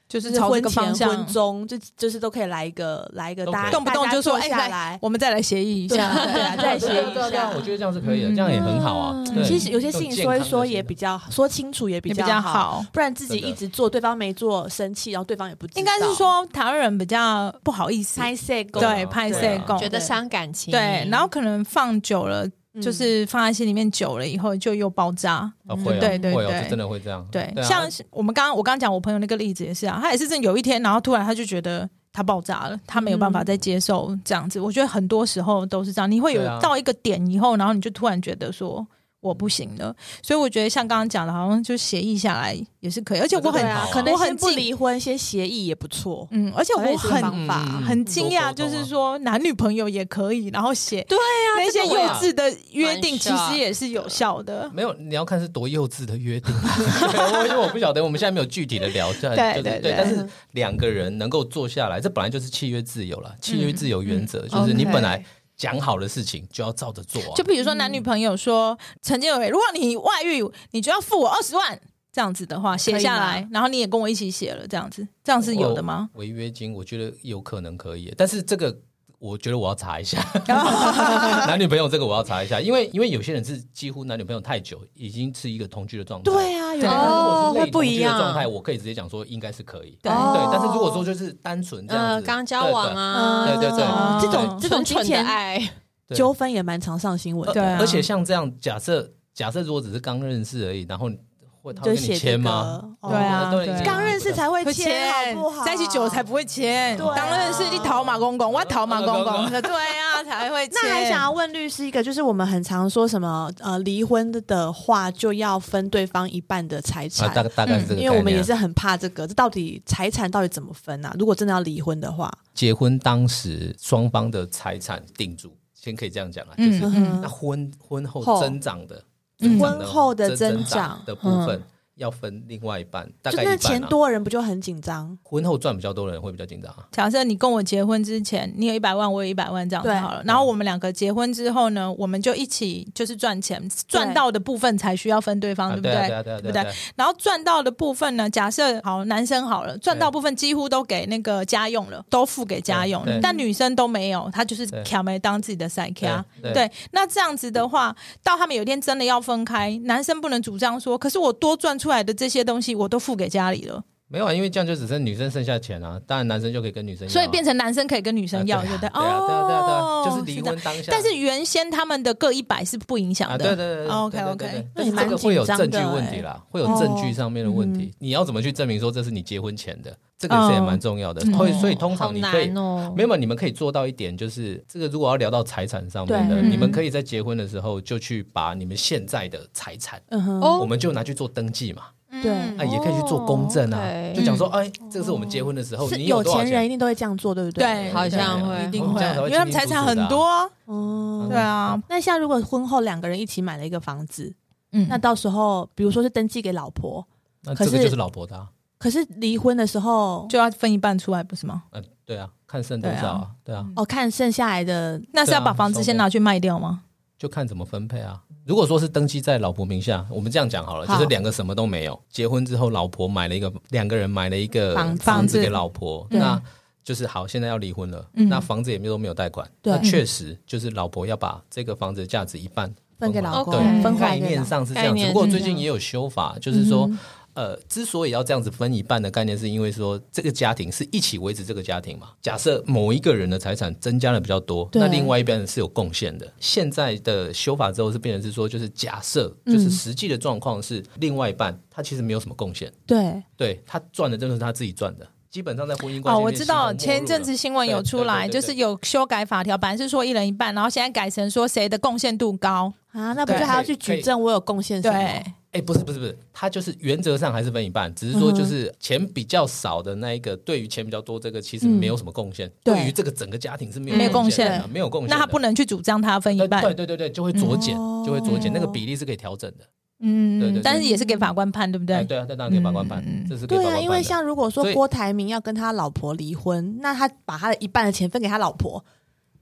就是朝这个方向， 婚中就就是都可以来一个来一个，大家动不动就说哎， 下来， 我们再来协议一下， 对啊，再协议一下。 我觉得这样是可以的，这样也很好啊。 其实有些事情说一说也比较说清楚也比较好，不然自己一直做，对方没做生气，然后对方也不知道。 应该是说台湾人比较不好意思， 拍摄共对拍摄共， 觉得伤感情， 对，然后可能放久了。就是放在心里面久了以后就又爆炸， 啊会啊， 对对对， 真的会这样。 对，像我们刚刚我刚刚讲我朋友那个例子也是啊，他也是真有一天，然后突然他就觉得他爆炸了，他没有办法再接受这样子。我觉得很多时候都是这样，你会有到一个点以后，然后你就突然觉得说我不行了，所以我觉得像刚刚讲的，好像就协议下来也是可以，而且我很、 啊、可能先不离婚，先协议也不错。 嗯，而且我很方法、 嗯、很惊讶，就是说男女朋友也可以，然后写对啊那些幼稚的约定，其实也是有效的。 没有，你要看是多幼稚的约定，因为我不晓得，我们现在没有具体的聊，对对 对, 对，但是两个人能够坐下来，这本来就是契约自由了，契约自由原则、嗯、就是你本来。讲好的事情就要照着做、啊、 就比如说男女朋友说陈建伟，如果你外遇你就要付我二十万这样子的话写下来，然后你也跟我一起写了，这样子这样是有的吗？ 违约金我觉得有可能可以，但是这个我觉得我要查一下男女朋友这个我要查一下，因为因为有些人是几乎男女朋友太久已经是一个同居的状态。 对啊，有哦会不一样状态，我可以直接讲说应该是可以。对、哦、对，但是如果说就是单纯这样子、呃、 刚交往啊， 对对 对, 对, 对、 嗯、这种这种金钱爱纠纷也蛮常上新闻的。 对、啊， 而且像这样假设假设如果只是刚认识而已，然后会他会跟你签吗？ 这个哦、对啊， 对，刚认识才会签，好不好？ 在一起久了才不会签。刚认识你讨马公公，我讨马公公，对啊，才会签。 那还想要问律师一个，就是我们很常说什么呃，离婚的话就要分对方一半的财产， 啊、大概大概是这个概念、啊嗯， 因为我们也是很怕这个，这到底财产到底怎么分啊？如果真的要离婚的话， 结婚当时双方的财产定住，先可以这样讲啊，就是、嗯、那婚婚后增长的。 婚后的增长的部分要分另外一半，大概一半、啊、 就是钱多人不就很紧张？ 婚后赚比较多的人会比较紧张、啊。 假设你跟我结婚之前，你有一百万，我有一百万，这样就好了。然后我们两个结婚之后呢，我们就一起就是赚钱，赚到的部分才需要分对方，对不对？ 对啊，对啊，对不对？然后赚到的部分呢，假设好男生好了，赚到部分几乎都给那个家用了，都付给家用了，但女生都没有，她就是卡没当自己的塞卡。对，那这样子的话，到他们有一天真的要分开，男生不能主张说，可是我多赚出来的这些东西我都付给家里了。 没有啊，因为这样就只剩女生剩下钱啊，当然男生就可以跟女生要、啊， 所以变成男生可以跟女生要，对不对？ 对啊，对啊，对啊，对啊，就是离婚当下。 但是原先他们的各一百是不影响的， 啊、对对对 ，OK OK， 但是这个会有证据问题啦，会有证据上面的问题、哦，你要怎么去证明说这是你结婚前的？这个是也蛮重要的，所、哦、以所以通常你可以， 哦、 没有，你们可以做到一点，就是这个如果要聊到财产上面的，你们可以在结婚的时候就去把你们现在的财产，嗯、我们就拿去做登记嘛。 对、 啊，也可以去做公证啊，哦、就讲说，哎，这个是我们结婚的时候，你有多少钱？有钱人一定都会这样做，对不对？ 对， 好像会， 一定会，因为他们财产很多。哦，对啊。 那像如果婚后两个人一起买了一个房子，嗯，那到时候比如说是登记给老婆， 那这个就是老婆的、啊。 可是离婚的时候就要分一半出来，不是吗？ 嗯、呃，对啊，看剩多少啊？对啊。 哦，看剩下来的， 那是要把房子先拿去卖掉吗？ 就看怎么分配啊。如果说是登记在老婆名下，我们这样讲好了，就是两个什么都没有，结婚之后老婆买了一个，两个人买了一个房子给老婆，那就是好，现在要离婚了，嗯、那房子也都没有贷款，那确实就是老婆要把这个房子的价值一半分给老公， 对， 分概念上是这样子。不过最近也有修法，就是说。嗯呃，之所以要这样子分一半的概念，是因为说这个家庭是一起维持这个家庭嘛。假设某一个人的财产增加了比较多，那另外一边是有贡献的。现在的修法之后是变成是说，就是假设就是实际的状况是另外一半他其实没有什么贡献， 对， 对他赚的真的是他自己赚的。基本上在婚姻关系， 哦，我知道前一阵子新闻有出来，就是有修改法条，本来是说一人一半，然后现在改成说谁的贡献度高啊，那不是还要去举证我有贡献什么？ 对。 哎，不是不是不是，他就是原则上还是分一半，只是说就是钱比较少的那一个，对于钱比较多这个其实没有什么贡献，嗯、对于这个整个家庭是没有贡献的，没有贡献。 那他不能去主张他分一半， 对对对对，就会酌减，嗯、就会酌减，那个比例是可以调整的。 嗯，对 对, 对，但是也是给法官判，对不对？ 哎、对啊，当然给法官判，嗯、这是给法官判的。 对啊，因为像如果说郭台铭要跟他老婆离婚，那他把他的一半的钱分给他老婆。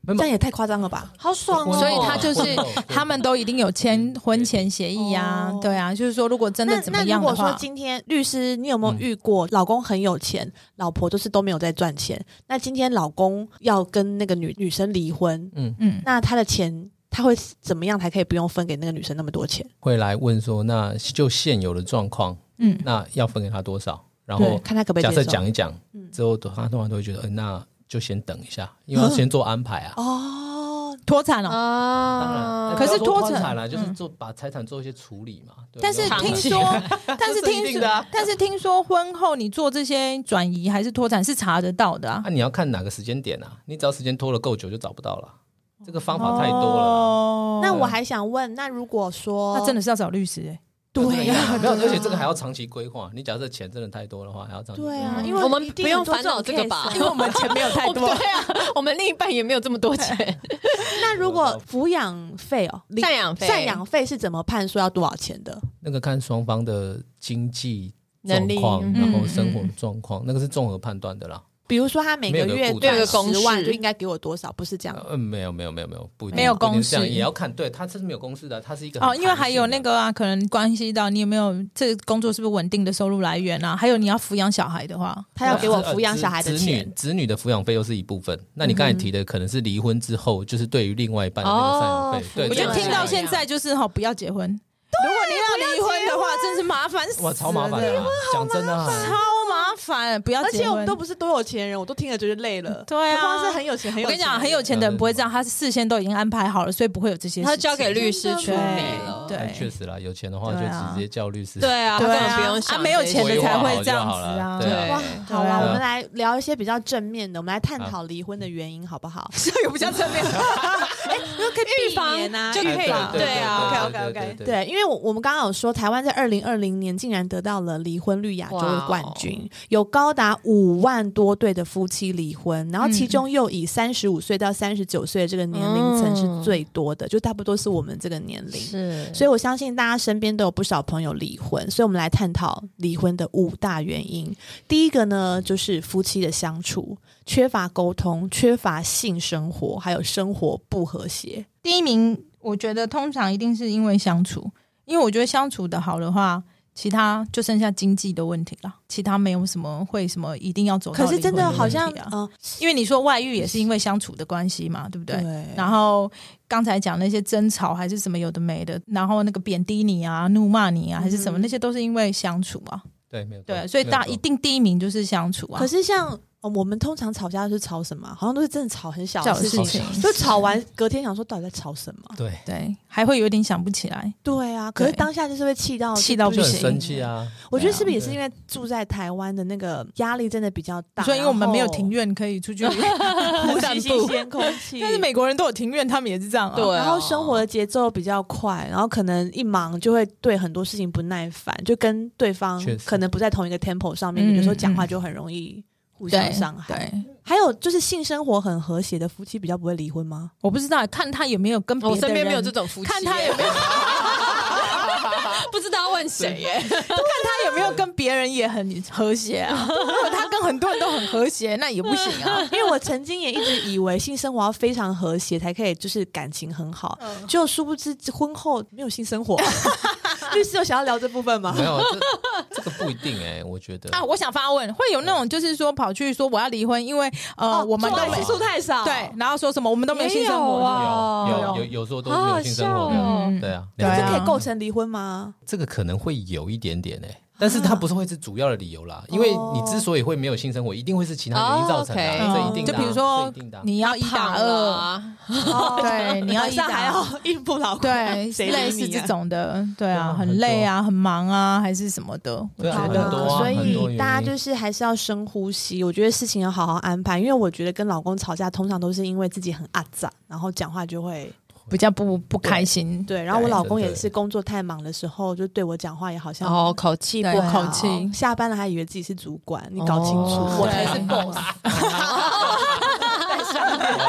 这样也太夸张了吧？ 好爽哦！ 所以他就是他们都一定有签婚前协议啊， 哦对啊，就是说如果真的怎么样的话， 那如果说今天律师，你有没有遇过老公很有钱，老婆就是都没有在赚钱？那今天老公要跟那个女女生离婚，嗯嗯，那他的钱他会怎么样才可以不用分给那个女生那么多钱？ 会来问说，那就现有的状况，嗯，那要分给他多少？然后看他可不可以接受。 假设讲一讲之后，他通常都会觉得，嗯、呃，那就先等一下，因为要先做安排啊。 哦， 脱产了啊！ 当然， 可是脱产了，就是做把财产做一些处理嘛。对但是听说，但是听说，啊、但是听说婚后你做这些转移还是脱产是查得到的啊。 那、啊、你要看哪个时间点啊？你只要时间拖了够久，就找不到了。这个方法太多了。哦、 那我还想问，那如果说， 那真的是要找律师哎、欸。 对呀、 啊，没有，而且这个还要长期规划。你假设钱真的太多的话，还要长期规划。 对啊，因为我们不用烦恼这个吧， 因为我们钱没有太多。 对啊，我们另一半也没有这么多钱。 那如果抚养费哦， 赡养费， 赡养费是怎么判说要多少钱的？ 那个看双方的经济状况，然后生活状况，那个是综合判断的啦。 比如说他每个月赚十万就应该给我多少，不是这样？ 嗯，没有没有没有没有，不一定没有公式， 也要看。对，他这是没有公式的，他是一个哦，因为还有那个啊，可能关系到你有没有这个工作是不是稳定的收入来源啊？还有你要抚养小孩的话， 他要给我抚养小孩的钱， 子女子女的抚养费又是一部分。那你刚才提的可能是离婚之后，就是对于另外一半的那个赡养费。对， 我觉得听到现在就是哈，不要结婚。如果你要离婚的话，真是麻烦死了。 哇，超麻烦的，讲真的， 超麻烦，不要结婚。 而且我们都不是多有钱人，我都听了觉得累了。 对啊， 光是很有钱，很有钱。 我跟你讲，很有钱的人不会这样，他是事先都已经安排好了，所以不会有这些事情。 他交给律师处理了。 对，确实啦，有钱的话就直接叫律师。 对啊，根本不用想。 没有钱的才会这样子啊。 对， 哇，好啊，我们来聊一些比较正面的，我们来探讨离婚的原因，好不好？ 这有比较正面。 哎，可以预防啊， 就可以对啊。OK OK OK， 对，因为我我们刚刚有说，台湾在二零二零年竟然得到了离婚率亚洲的冠军，有高达五万多对的夫妻离婚，然后其中又以三十五岁到三十九岁的这个年龄层是最多的，就差不多是我们这个年龄。 是， 所以我相信大家身边都有不少朋友离婚，所以我们来探讨离婚的五大原因。第一个呢，就是夫妻的相处缺乏沟通，缺乏性生活，还有生活不和谐。 第一名，我觉得通常一定是因为相处，因为我觉得相处的好的话，其他就剩下经济的问题了，其他没有什么会什么一定要走到离婚的问题啊。 可是真的好像， 呃、因为你说外遇也是因为相处的关系嘛，对不对？ 对。 然后刚才讲那些争吵还是什么有的没的，然后那个贬低你啊、怒骂你啊，还是什么，嗯、那些都是因为相处啊。 对，没有对，所以大一定第一名就是相处啊。 可是像。哦、我们通常吵架是吵什么？好像都是真的吵很小的事情， 事情就吵完隔天想说到底在吵什么？ 对对，还会有点想不起来。 对啊，可是当下就是会气到气到不行， 很生气啊！ 我觉得是不是也是因为住在台湾的那个压力真的比较大， 所以因为我们没有庭院可以出去呼吸新鲜空气。 但是美国人都有庭院，他们也是这样啊。 对，然后生活的节奏比较快，然后可能一忙就会对很多事情不耐烦，就跟对方可能不在同一个 tempo 上面，有时候讲话就很容易互相伤害。 对， 还有就是性生活很和谐的夫妻比较不会离婚吗？ 我不知道，看他有没有跟别的人， 我身边没有这种夫妻， 看他有没有。 不知道问谁耶？ 看他有没有跟别人也很和谐啊？如果他跟很多人都很和谐，那也不行啊。 因为我曾经也一直以为性生活要非常和谐才可以，就是感情很好。嗯、就殊不知婚后没有性生活。律师有想要聊这部分吗？ 没有，这这个不一定哎、欸，我觉得啊，我想发问，会有那种就是说跑去说我要离婚，因为呃、哦、我们的次数太少， 对，然后说什么我们都没有性生活， 有有有有时候都没有性生活的， 嗯、 对啊， 这可以构成离婚吗？ 这个可能会有一点点哎、欸。但是它不是会是主要的理由啦，因为你之所以会没有性生活，一定会是其他原因造成的、啊， oh, okay. 这一定的、啊。 就比如说你要一打二，对，你要一打还要应付老公， 对，类似这种的，对啊，很累啊，很忙啊，还是什么的，我觉得。 啊、 所以大家就是还是要深呼吸，我觉得事情要好好安排，因为我觉得跟老公吵架通常都是因为自己很阿杂，然后讲话就会。 比较不不开心， 对，然后我老公也是工作太忙的时候，就对我讲话也好像哦口气不好， 口气下班了还以为自己是主管，你搞清楚， 哦、我才是 boss。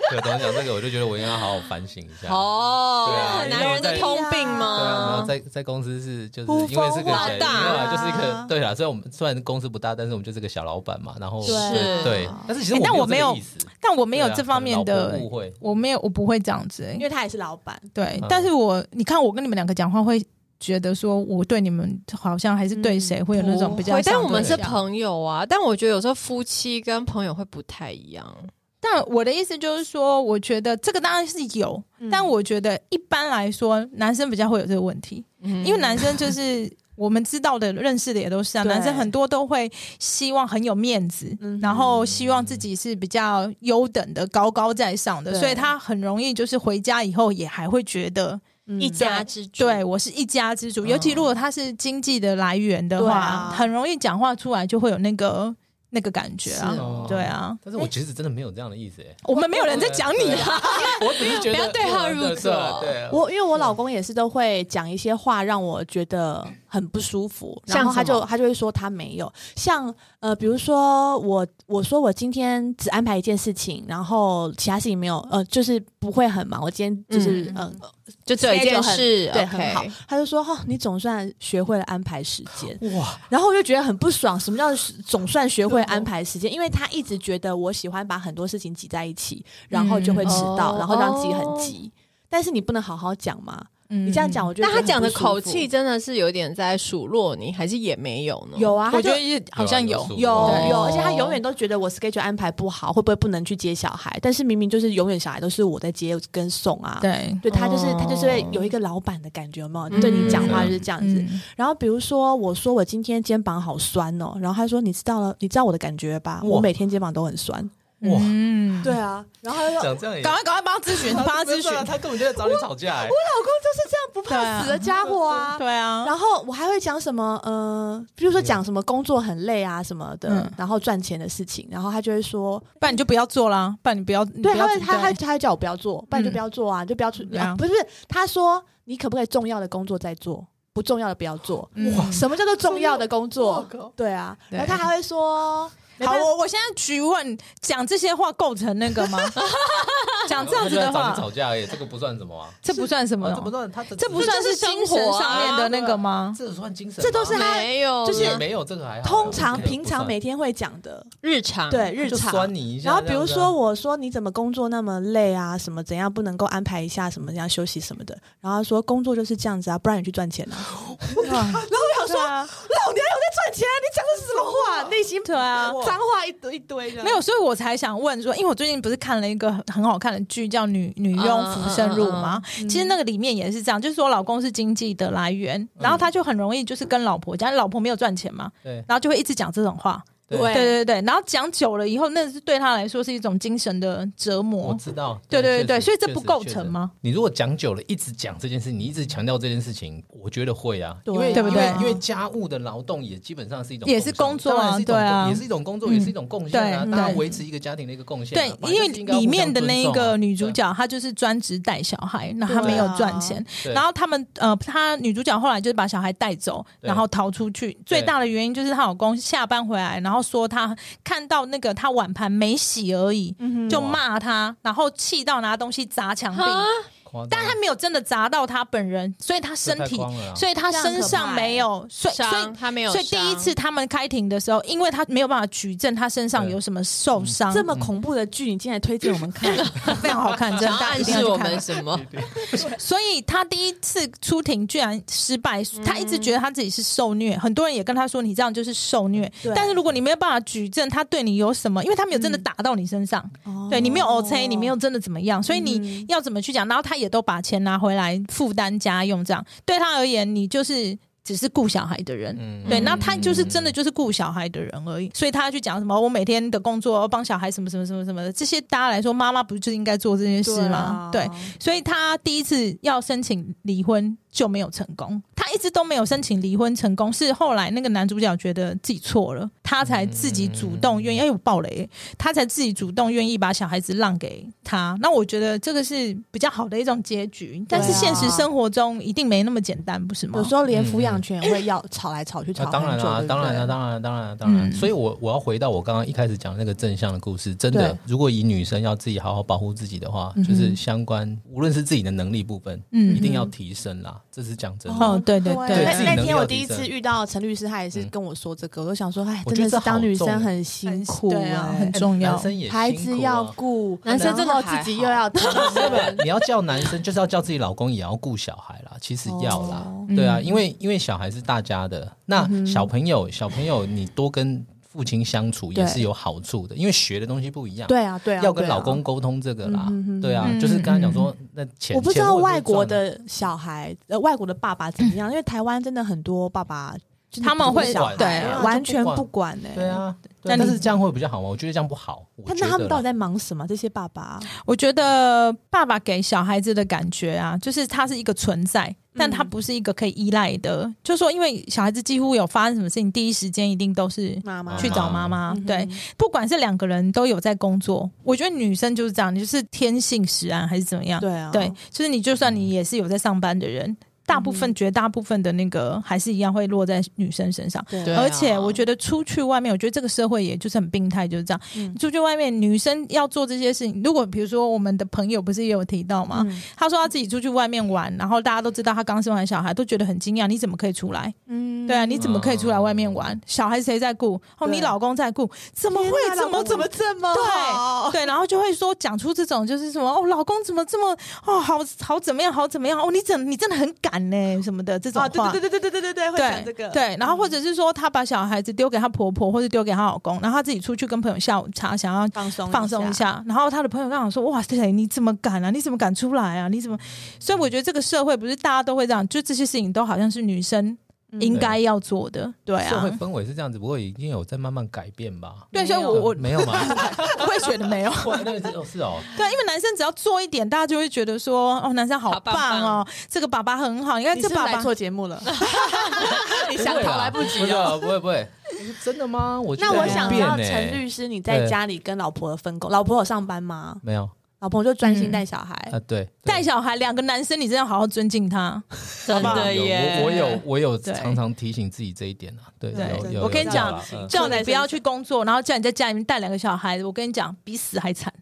对，董事长这个我就觉得我应该好好反省一下。 哦， 啊、 男人的通病吗？ 对啊，没有在在公司是就是因为是个小大，就是一个对啦。虽然我们虽然公司不大，但是我们就是个小老板嘛。然后是对，但是其实欸、但我没有，但我没有啊、 这方面的误会， 我没有，我不会这样子、欸， 因为他也是老板。 对，嗯、但是我你看我跟你们两个讲话会。觉得说我对你们好像还是对谁会有那种比较、嗯， 但我们是朋友啊。但我觉得有时候夫妻跟朋友会不太一样。 但我的意思就是说，我觉得这个当然是有，嗯、但我觉得一般来说，男生比较会有这个问题，嗯、因为男生就是我们知道的、认识的也都是啊，男生很多都会希望很有面子，然后希望自己是比较优等的、高高在上的，所以他很容易就是回家以后也还会觉得。 一家之主， 对，我是一家之主。尤其如果他是经济的来源的话，啊、很容易讲话出来就会有那个那个感觉啊。 哦、 对啊， 但是我其实真的没有这样的意思、欸。 我们没有人在讲你啊， 我只是觉得不要对号入座。 对， 我因为我老公也是都会讲一些话让我觉得很不舒服，然后他就他就会说他没有。像呃，比如说我我说我今天只安排一件事情，然后其他事情没有，呃，就是不会很忙。我今天就是、嗯、呃。 就这一件事， 对， okay 很好。他就说：“哦，你总算学会了安排时间。”哇！然后我就觉得很不爽。什么叫总算学会安排时间？因为他一直觉得我喜欢把很多事情挤在一起，然后就会迟到，嗯、然后让自己很急。哦、但是你不能好好讲嘛。嗯、你这样讲，我觉得但他讲的口气真的是有点在数落你，还是也没有呢？ 有啊， 我觉得好像有有有，有，而且他永远都觉得我 schedule 安排不好，会不会不能去接小孩？但是明明就是永远小孩都是我在接跟送啊。 对， 对他就是、哦、他就是会有一个老板的感觉，有没有？嗯、对你讲话就是这样子。嗯、然后比如说我说我今天肩膀好酸哦，然后他说你知道了，你知道我的感觉吧？我每天肩膀都很酸。 哇， 嗯，对啊，然后他就讲这样也， 赶快赶快帮他咨询，帮他咨询， 他根本就在找你吵架、欸。 我老公就是这样不怕死的家伙啊， 对啊。 然后我还会讲什么，呃，比如说讲什么工作很累啊什么的，嗯、然后赚钱的事情，然后他就会说， 不然你就不要做啦，不然你不要， 对，他会他他他会叫我不要做，不然你就不要做啊，嗯、就不要出、啊，不是不是，他说你可不可以重要的工作再做，不重要的不要做。哇，什么叫做重要的工作？对啊，然后他还会说。 好，我我现在提问，讲这些话构成那个吗？讲这样子的话， 吵架而已，这个不算什么啊？ 这不算什么？ 这不算，他这不算是精神上面的那个吗？ 这算精神？ 这都是他没有， 就是没有这个还好。 通常平常每天会讲的日常， 对日常， 酸你一下。 然后比如说我说你怎么工作那么累啊？什么怎样不能够安排一下什么怎样休息什么的？然后他说工作就是这样子啊，不然你去赚钱啊。然后我想说，老娘有在赚钱啊！你讲的是什么话？内心对啊， 脏话一堆一堆。 没有，所以我才想问说，因为我最近不是看了一个很好看的剧，叫《女女佣浮生录》吗？嗯嗯嗯、其实那个里面也是这样，就是说老公是经济的来源，嗯、然后他就很容易就是跟老婆讲，老婆没有赚钱嘛， 对， 然后就会一直讲这种话。对对对对，然后讲久了以后，那是对他来说是一种精神的折磨。 我知道， 对对对对，所以这不构成吗？ 你如果讲久了，一直讲这件事，你一直强调这件事情，我觉得会啊， 对因为对不对？ 因为因为家务的劳动也基本上是一种， 也是工作啊，对啊， 也是一种工作，也是一种贡献啊，大家维持一个家庭的一个贡献。 对，因为里面的那一个女主角，她就是专职带小孩，那她没有赚钱，然后他们呃，她女主角后来就是把小孩带走，然后逃出去。最大的原因就是她老公下班回来，然后说她。看到那个他碗盘没洗而已，嗯、就骂他，然后气到拿东西砸墙壁。但他没有真的砸到他本人，所以他身体， 啊、 所以他身上没有，所以所以他没有， 所以第一次他们开庭的时候，因为他没有办法举证他身上有什么受伤。 这么恐怖的剧，你竟然推荐我们看， 非常好看，真的暗示我们什么？ 所以他第一次出庭居然失败，他一直觉得他自己是受虐，很多人也跟他说你这样就是受虐。但是如果你没有办法举证他对你有什么，因为他没有真的打到你身上，嗯、对你没有 O C， 你没有真的怎么样，所以你要怎么去讲？然后他也都把钱拿回来负担家用，这样对他而言，你就是只是顾小孩的人，嗯、对，那他就是真的就是顾小孩的人而已，所以他去讲什么我每天的工作帮小孩什么什么什么什么的，这些大家来说，妈妈不就应该做这件事吗？对啊，对，所以他第一次要申请离婚就没有成功，他一直都没有申请离婚成功，是后来那个男主角觉得自己错了，他才自己主动愿意，哎，我爆雷，他才自己主动愿意把小孩子让给他。那我觉得这个是比较好的一种结局，但是现实生活中一定没那么简单，不是吗？ 有时候连抚养养权也会要吵来吵去吵很久、 啊、当然啦、啊，当然啦、啊，当然啦、啊，当然啦、啊，当然、啊嗯。所以我我要回到我刚刚一开始讲那个正向的故事，真的，如果以女生要自己好好保护自己的话，嗯、就是相关无论是自己的能力部分，嗯，一定要提升啦。这是讲真的。 哦，对对 对, 对。那那天我第一次遇到陈律师，他也是跟我说这个，嗯、我就想说，哎，真的是当女生很辛苦， 对啊，很重要。 男生也辛苦、啊、 孩子要顾，男生真的自己又要顾。 你要叫男生，就是要叫自己老公也要顾小孩啦。其实要啦，哦、对啊，因为因为小孩是大家的，那小朋友、嗯、小朋友你多跟父亲相处也是有好处的，因为学的东西不一样。 对啊，对啊， 要跟老公沟通这个啦。对啊，嗯、就是刚才讲说，那钱我不知道外国的小孩，呃，外国的爸爸怎么样，因为台湾真的很多爸爸。 他们会对完全不管哎、欸， 对啊，对，但是这样会比较好吗？我觉得这样不好。 但那他们到底在忙什么？这些爸爸， 我觉得爸爸给小孩子的感觉啊，就是他是一个存在，但他不是一个可以依赖的。嗯、就是说，因为小孩子几乎有发生什么事情，第一时间一定都是妈妈去找妈妈。对，嗯、不管是两个人都有在工作，我觉得女生就是这样，你就是天性使然还是怎么样？ 对啊， 对，就是你就算你也是有在上班的人。大部分、嗯、绝大部分的那个还是一样会落在女生身上， 对， 而且我觉得出去外面，我觉得这个社会也就是很病态，就是这样。嗯、出去外面，女生要做这些事情，如果比如说我们的朋友不是也有提到吗？嗯、他说他自己出去外面玩，然后大家都知道他刚生完小孩，都觉得很惊讶，你怎么可以出来？嗯，对啊，你怎么可以出来外面玩？嗯、小孩谁在顾？哦，你老公在顾，怎么会？怎么怎么这么好？对对，然后就会说讲出这种就是什么哦，老公怎么这么哦好好怎么样好怎么样哦，你怎你真的很敢呢什么的这种话， 啊、对对对对对对对，会讲这个对，然后或者是说她把小孩子丢给她婆婆或者丢给她老公，然后她自己出去跟朋友下午茶，想要放松放松一下，然后她的朋友刚好说哇塞，你怎么敢啊？你怎么敢出来啊？你怎么？所以我觉得这个社会不是大家都会这样，就这些事情都好像是女生应该要做的，嗯、对啊， 社会氛围是这样子，不过已经有在慢慢改变吧？ 对，所以我我没有吗？ 我会觉得没有， 那个是哦是哦， 对，因为男生只要做一点，大家就会觉得说哦，男生好棒哦，棒这个爸爸很好，你看这爸爸来错节目了，你想逃来不及了，不会不会，真的吗？我那我想知道陈律师，你在家里跟老婆的分工，老婆有上班吗？ 没有。 老婆就专心带小孩、 嗯、啊，对， 带小孩两个男生，你真的要好好尊敬他， 真的耶！ 我我有我有常常提醒自己这一点啊，对， 对有有我跟你讲，叫你不要去工作，然后叫你在家里面带两个小孩，我跟你讲，比死还惨。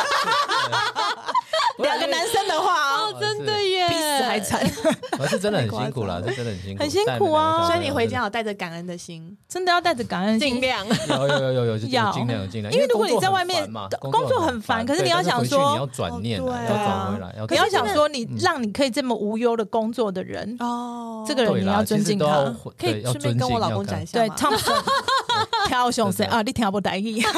两个男生的话哦，真的耶， 比死还惨。 是真的很辛苦啦，是真的很辛苦， 很辛苦啊。 所以你回家有带着感恩的心， 真的要带着感恩的心， 尽量有有有有有，要尽量尽量。 因为如果你在外面工作很烦，可是你要想说你要转念，要转回来， 你要想说你让你可以这么无忧的工作的人哦，这个人你要尊敬他， 可以顺便跟我老公讲一下吗？ 对，Thompson，挑熊谁啊？你听不台语。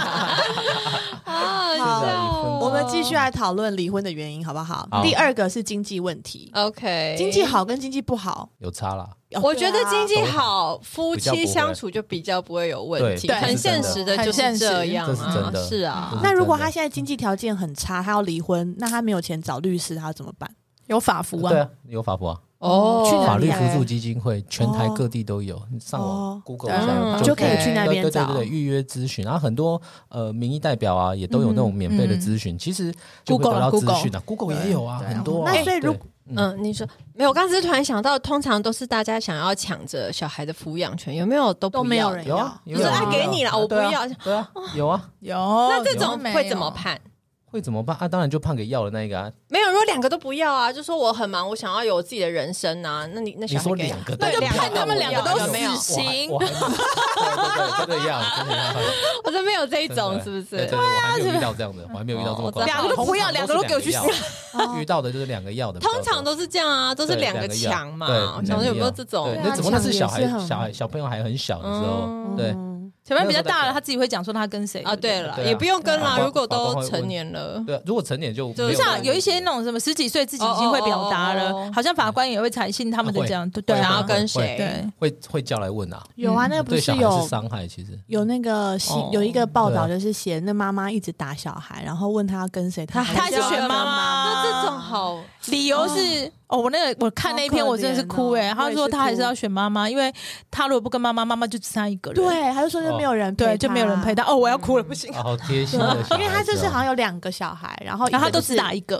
好，我们继续来讨论离婚的原因，好不好？第二个是经济问题。 OK， 经济好跟经济不好有差啦。 我觉得经济好，夫妻相处就比较不会有问题。很现实的就是这样啊，是啊。 那如果他现在经济条件很差，他要离婚，那他没有钱找律师，他要怎么办？ 有法服啊？ 对啊，有法服啊。 哦，去法律辅助基金会全台各地都有，你上网 Google 一下就可以去那边找， 对对对，预约咨询，然后很多呃民意代表啊也都有那种免费的咨询，其实就会得到资讯啊 ，Google 也有啊，很多。 那所以如嗯，你说没有？我刚才突然想到，通常都是大家想要抢着小孩的抚养权，有没有都都没有人要？ 就是爱给你了，我不要。 对啊，有啊有。 那这种会怎么判？ 会怎么办啊？当然就判给要的那一个啊。 没有，如果两个都不要啊，就说我很忙，我想要有我自己的人生啊。那你那小孩你说两个都那就判他们两个都死刑。 对对对，真的要，真的要。 我这边有这一种，是不是？ 对啊，我还没有遇到这样的，我还没有遇到这么夸张。 两个都不要，两个都给我去死。 遇到的就是两个要的， 通常都是这样啊，都是两个强嘛。我想说有没有这种？ 那怎么那是小孩小孩小朋友还很小的时候，对。 小朋友比较大了，他自己会讲说他跟谁啊？对了，也不用跟啦。如果都成年了， 对，如果成年就不像有一些那种什么十几岁自己已经会表达了，好像法官也会采信他们的这样，对， 然后跟谁？ 对， 会会叫来问啊。 有啊，那个不是有伤害，其实有那个有一个报道，就是写那妈妈一直打小孩，然后问他要跟谁，他他还是选妈妈。 那这种好理由是。哦，我那个我看那篇我真的是哭哎、欸，他说他还是要选妈妈，因为他如果不跟妈妈，妈妈就只剩他一个人。 对，他就说就没有人陪他， 对，就没有人陪他。哦，我要哭了，不行。 好贴心的， 因为他就是好像有两个小孩，然后然后他都只打一个。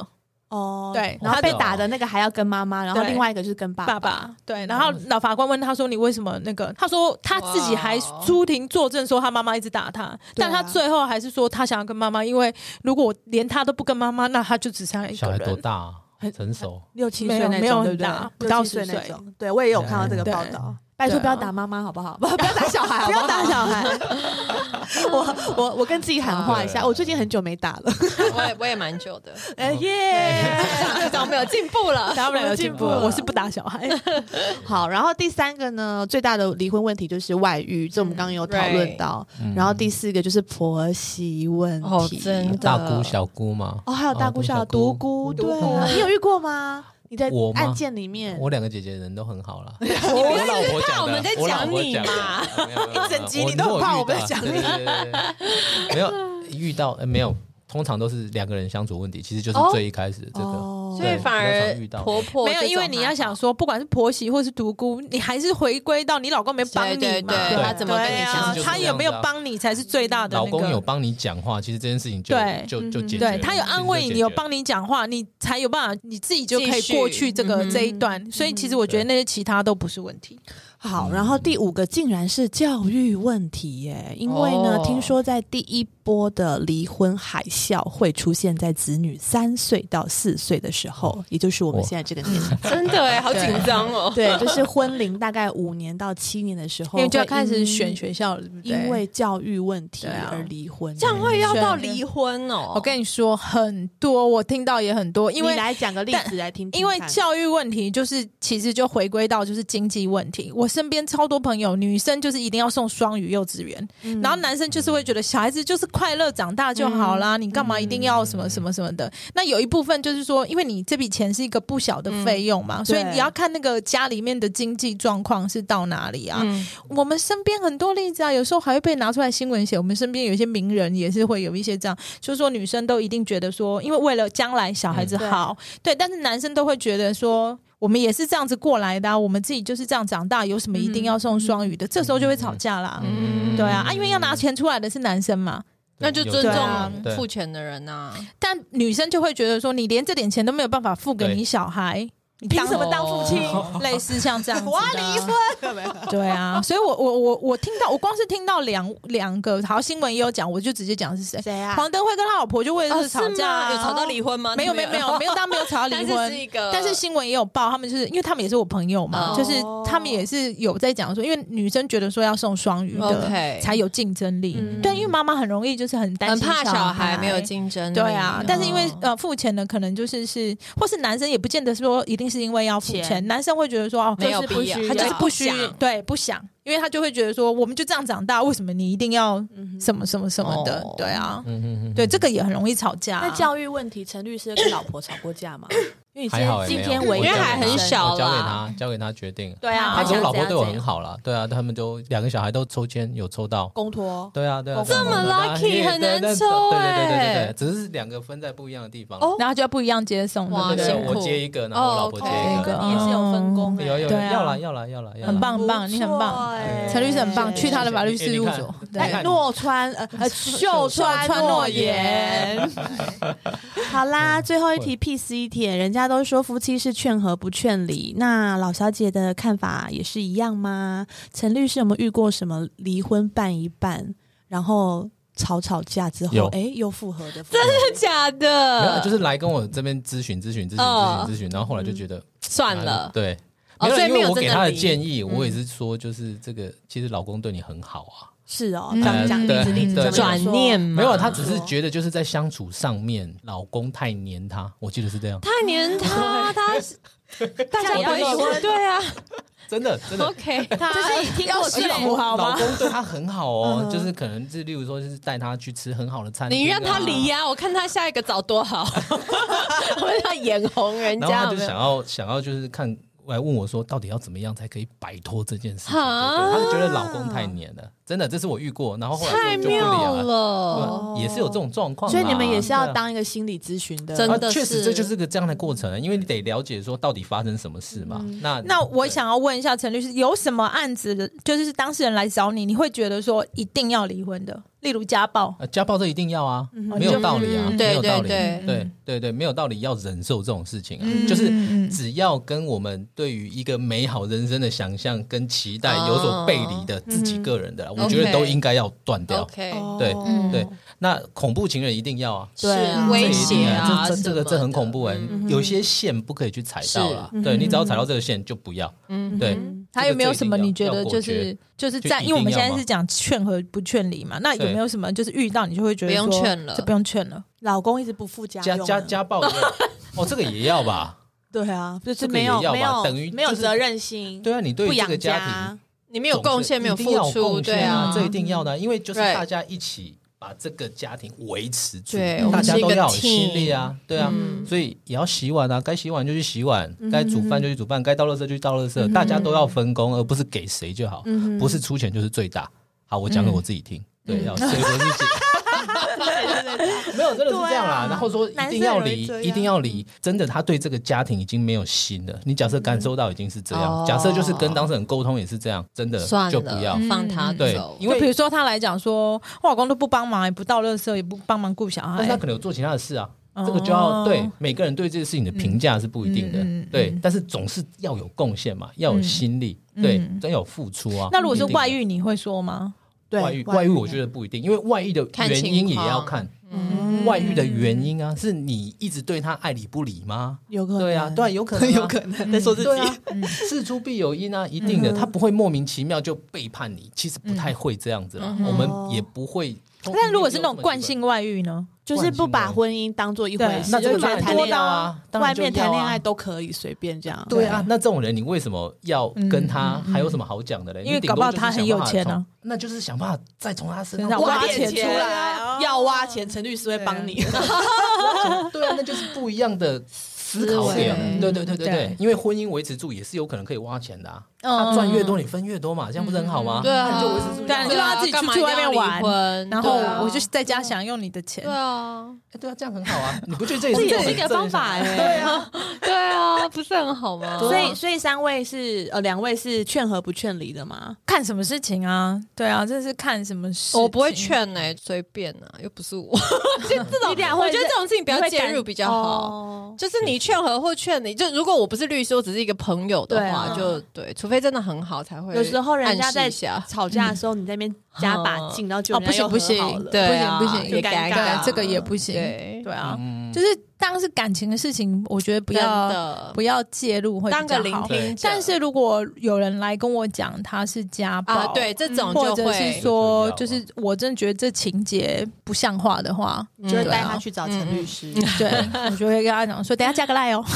哦， 对然后被打的那个还要跟妈妈，然后另外一个就是跟爸爸爸。对，然后老法官问他说：“你为什么那个？”他说他自己还出庭作证说他妈妈一直打他，啊、但他最后还是说他想要跟妈妈，因为如果连他都不跟妈妈，那他就只剩下一个人。 小孩多大、啊？很成熟， 六七岁那种， 没有对不对？ 不到十岁。 对，我也有看到这个报道。拜托不要打妈妈好不好？不要打小孩，不要打小孩。我我我跟自己喊话一下，我最近很久没打了， 我也我也蛮久的。 哎耶， 至少我们有进步了， 他们两个进步了。我是不打小孩。 好，然后第三个呢，最大的离婚问题就是外遇，这我们刚刚有讨论到。然后第四个就是婆媳问题， 哦，真的， 大姑小姑嘛。 哦，还有大姑小独孤，对，你有遇过吗？你在案件里面， 我两个姐姐人都很好啦。 你我老婆讲的，我们在讲你嘛， 一整集你都很怕我们在讲你。 没有遇到，没有。通常都是两个人相处问题，其实就是最一开始的这个， 哦、 所以反而婆婆没有，因为你要想说，不管是婆媳或是独孤，你还是回归到你老公没帮你嘛， 对对对，他怎么跟你讲， 他有没有帮你才是最大的、那个。 老公有帮你讲话，其实这件事情就就就解决了。 对，他有安慰你，有帮你讲话，你才有办法，你自己就可以过去这个这一段。所以其实我觉得那些其他都不是问题。 好，然后第五个竟然是教育问题耶，因为呢，哦、听说在第一波的离婚海啸会出现在子女三岁到四岁的时候，也就是我们现在这个年纪， 真的哎，好紧张哦。 对，就是婚龄大概五年到七年的时候， 因为就要开始选学校了，对不对？ 因为教育问题而离婚， 这样会要到离婚哦。 我跟你说，很多我听到也很多，因为你来讲个例子来听听看。 因为教育问题就是其实就回归到就是经济问题，我身边超多朋友，女生就是一定要送双语幼稚园，嗯、然后男生就是会觉得小孩子就是快乐长大就好啦，嗯、你干嘛一定要什么什么什么的？嗯、那有一部分就是说，因为你这笔钱是一个不小的费用嘛，嗯、所以你要看那个家里面的经济状况是到哪里啊。嗯、我们身边很多例子啊，有时候还会被拿出来新闻写。我们身边有一些名人也是会有一些这样，就是说女生都一定觉得说，因为为了将来小孩子好，嗯、对, 对，但是男生都会觉得说。我们也是这样子过来的、啊，我们自己就是这样长大，有什么一定要送双语的？嗯、这时候就会吵架啦。嗯、对啊，啊，因为要拿钱出来的是男生嘛， 那就尊重付钱的人啊。但女生就会觉得说，你连这点钱都没有办法付给你小孩。你凭什么当父亲？哦、类似像这样子的， 我要离婚。 对啊，所以我我我我听到，我光是听到两两个，好新闻也有讲，我就直接讲是谁。 谁啊？ 黄登辉跟他老婆就为了这吵架、啊哦，有吵到离婚吗？ 没有没有没有没有，当没有吵到离婚， 但是是一个， 但是新闻也有报，他们就是因为他们也是我朋友嘛，哦、就是他们也是有在讲说，因为女生觉得说要送双语的、okay、才有竞争力，嗯、对，因为妈妈很容易就是很担心很怕小孩没有竞争力， 对啊，但是因为呃付钱的可能就是是，或是男生也不见得说一定是因为要付钱。男生会觉得说哦， 没有必要， 他就是不需对不想，因为他就会觉得说，我们就这样长大，为什么你一定要什么什么什么的？嗯、对啊，嗯、对，这个也很容易吵架、啊。 那教育问题，陈律师跟老婆吵过架吗？因为你今天为因为还很小啦，交给他，交给他决定。 对啊， 他说老婆对我很好啦，对啊，他们都两个小孩都抽签，有抽到公托。 对啊，对啊， 这么 lucky 很难抽哎，对对对对，只是两个分在不一样的地方， 然后就要不一样接送。 哇， 我接一个，然后我老婆接一个， 你也是有分工， 有有要啦要啦要啦， 很棒很棒，你很棒，陈律师很棒，去他的法律事务所。 哎，诺川呃秀川诺言。好啦，最后一题屁死一帖，人家都说夫妻是劝和不劝离，那老小姐的看法也是一样吗？陈律师有没有遇过什么离婚办一半，然后吵吵架之后，哎，又复合的？ 真的假的？ 没有，就是来跟我这边咨询咨询咨询咨询咨询，然后后来就觉得、嗯、 算了， 对， 哦， 所以因为我给他的建议，我也是说，就是这个，其实老公对你很好啊。 是哦，讲讲例子例子转念嘛， 没有，他只是觉得就是在相处上面，老公太黏他，我记得是这样， 太黏他，他是大家要离婚，对啊， 真的真的 ，OK， 他这是你听过说服好吗？ 老公对他很好哦，就是可能是例如说，就是带他去吃很好的餐厅， 你让他离呀，我看他下一个找多好，我要眼红人家， 然后他就想要想要就是看。来问我说，到底要怎么样才可以摆脱这件事情？他是觉得老公太黏了，真的，这是我遇过，然后后来就就不理了， 了也是有这种状况。 所以你们也是要当一个心理咨询的， 真的确、啊、实这就是个这样的过程，因为你得了解说到底发生什么事嘛。嗯、那那我想要问一下陈律师，有什么案子就是当事人来找你，你会觉得说一定要离婚的？ 例如家暴， 呃、家暴这一定要啊， 嗯、 没有道理啊， 嗯、 没有道理， 对对对, 对对对，没有道理要忍受这种事情啊， 嗯、 就是只要跟我们对于一个美好人生的想象跟期待有所背离的自己个人的啦、 嗯、 我觉得都应该要断掉。 OK， 对、 嗯、 对，那恐怖情人一定要啊， 对啊，威胁啊， 这这个这很恐怖哎、欸嗯，有些线不可以去踩到啦，对你只要踩到这个线就不要。嗯，对。 嗯还有没有什么你觉得就是就是在，因为我们现在是讲劝和不劝离嘛，那有没有什么就是遇到你就会觉得说不用劝了， 就不用劝了， 老公一直不付家用家家家暴哦，这个也要吧？ 对啊，就是没有、这个、没有等于、就是、 没有责任心。 对啊，你对于这个家庭你没有贡献，没有付出，对啊， 这一定要的、啊，因为就是大家一起把这个家庭维持住， 对， 大家都要有心力啊，对啊、嗯，所以也要洗碗啊，该洗碗就去洗碗，嗯、该煮饭就去煮饭，该倒垃圾就去倒垃圾、嗯，大家都要分工，而不是给谁就好、嗯，不是出钱就是最大。好，我讲给我自己听，嗯、对，要说服自己。没有，真的是这样啦。啊、然后说一定要离，一定要离。真的，他对这个家庭已经没有心了。你假设感受到已经是这样，嗯、假设就是跟当事人沟通也是这样，真的就不要放他走。 对，因为比如说他来讲说，我老公都不帮忙，也不倒垃圾，也不帮忙顾小孩， 但是他可能有做其他的事啊。这个就要对每个人对这个事情的评价是不一定的，嗯、对、嗯，但是总是要有贡献嘛，要有心力，嗯、对，真有付出啊。 那如果是外遇，你会说吗？ 对， 外遇外遇我觉得不一定，因为外遇的原因也要看。嗯、外遇的原因啊，是你一直对他爱理不理吗？ 有可能， 对啊，对，有可能、啊， 有可能在说自己。 对啊，事出必有因啊，一定的，嗯、他不会莫名其妙就背叛你，其实不太会这样子啦，嗯、我们也不会。 但如果是那种惯性外遇呢？ 就是不把婚姻当做一回事， 那这个谈恋爱啊， 外面谈恋爱都可以随便这样。 对啊，那这种人你为什么要跟他还有什么好讲的嘞？ 因为搞不好他很有钱啊， 那就是想办法再从他身上挖钱出来，要挖钱，陈律师会帮你。 对啊，那就是不一样的思考点。对对对对对，因为婚姻维持住也是有可能可以挖钱的啊。他赚越多，你分越多嘛，这样不是很好吗？ 对啊， 就维持住， 对，你就让他自己出去外面玩，然后我就在家享用你的钱。 对啊， 对啊，这样很好啊。你不觉得这也是一个方法哎？ 对啊，对啊，不是很好吗？ 所以，所以三位是呃，两位是劝和不劝离的吗？ 看什么事情啊？对啊，这是看什么事。 我不会劝哎，随便啊，又不是我。这种，我觉得这种事情不要介入比较好。就是你劝和或劝离，就如果我不是律师，我只是一个朋友的话，就对，除非真的很好才会。 有时候人家在吵架的时候，你在那边加把劲，然后就哦不行不行， 对不行不行， 也尴尬， 这个也不行。对啊，就是当是感情的事情，我觉得不要不要介入会比较好， 当个聆听者。 但是如果有人来跟我讲他是家暴， 对这种或者是说，就是我真的觉得这情节不像话的话， 就会带他去找陈律师。 对，我就会跟他讲说，等一下加个赖哦。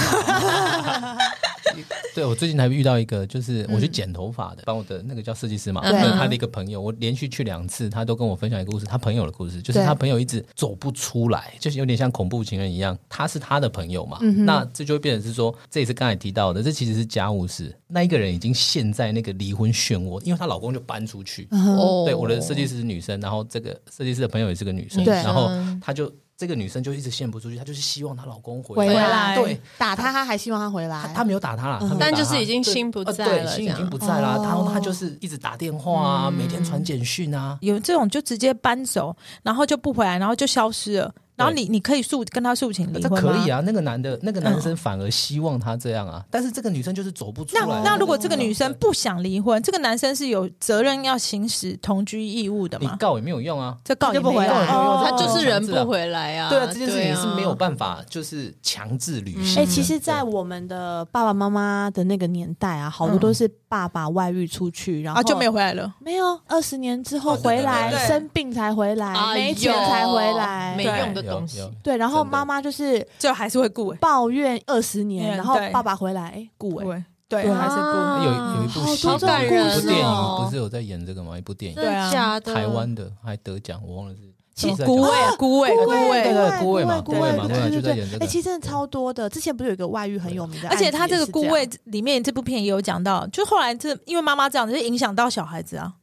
对，我最近还遇到一个，就是我去剪头发的，帮我的那个叫设计师嘛，他的一个朋友，我连续去两次，他都跟我分享一个故事，他朋友的故事，就是他朋友一直走不出来，就是有点像恐怖情人一样，他是他的朋友嘛，嗯、那这就会变成是说，这也是刚才提到的，这其实是家务事，那一个人已经陷在那个离婚漩涡，因为她老公就搬出去，哦、对，我的设计师是女生，然后这个设计师的朋友也是个女生，然后他就。这个女生就一直陷不出去，她就是希望她老公回来， 回来对， 打她，她还希望他回来。 她没有打他啦，嗯、 但就是已经心不在了， 对，心已经不在啦。然后她就是一直打电话啊，嗯、每天传简讯啊， 有这种就直接搬走，然后就不回来，然后就消失了。然后你你可以诉跟他诉请离婚吗？ 可以啊，那个男的那个男生反而希望他这样啊，嗯、但是这个女生就是走不出来。 那那如果这个女生不想离婚，这个男生是有责任要行使同居义务的吗？ 你告也没有用啊， 这告也不回来， 他就是人不回来啊。 对啊，这件事情是没有办法就是强制履行。 哎、嗯欸，其实，在我们的爸爸妈妈的那个年代啊，好多都是爸爸外遇出去，然后、 啊、就没有回来了。 没有，二十年之后回来，哦、生病才回来，啊、没钱才回来， 没用的东西。 对，然后妈妈就是就还是会顾抱怨二十年，然后爸爸回来哎顾哎， 对，还是顾。 有有一部戏， 好感人一部电影不是有在演这个吗？一部电影， 对啊， 台湾的还得奖，我忘了是。 其实孤味啊，孤味，孤味， 对对，孤味嘛，孤味嘛，对，就在演这个。 哎，其实真的超多的。之前不是有一个外遇很有名的， 而且他这个孤味里面这部片也有讲到，就后来这因为妈妈这样子，就影响到小孩子啊。 对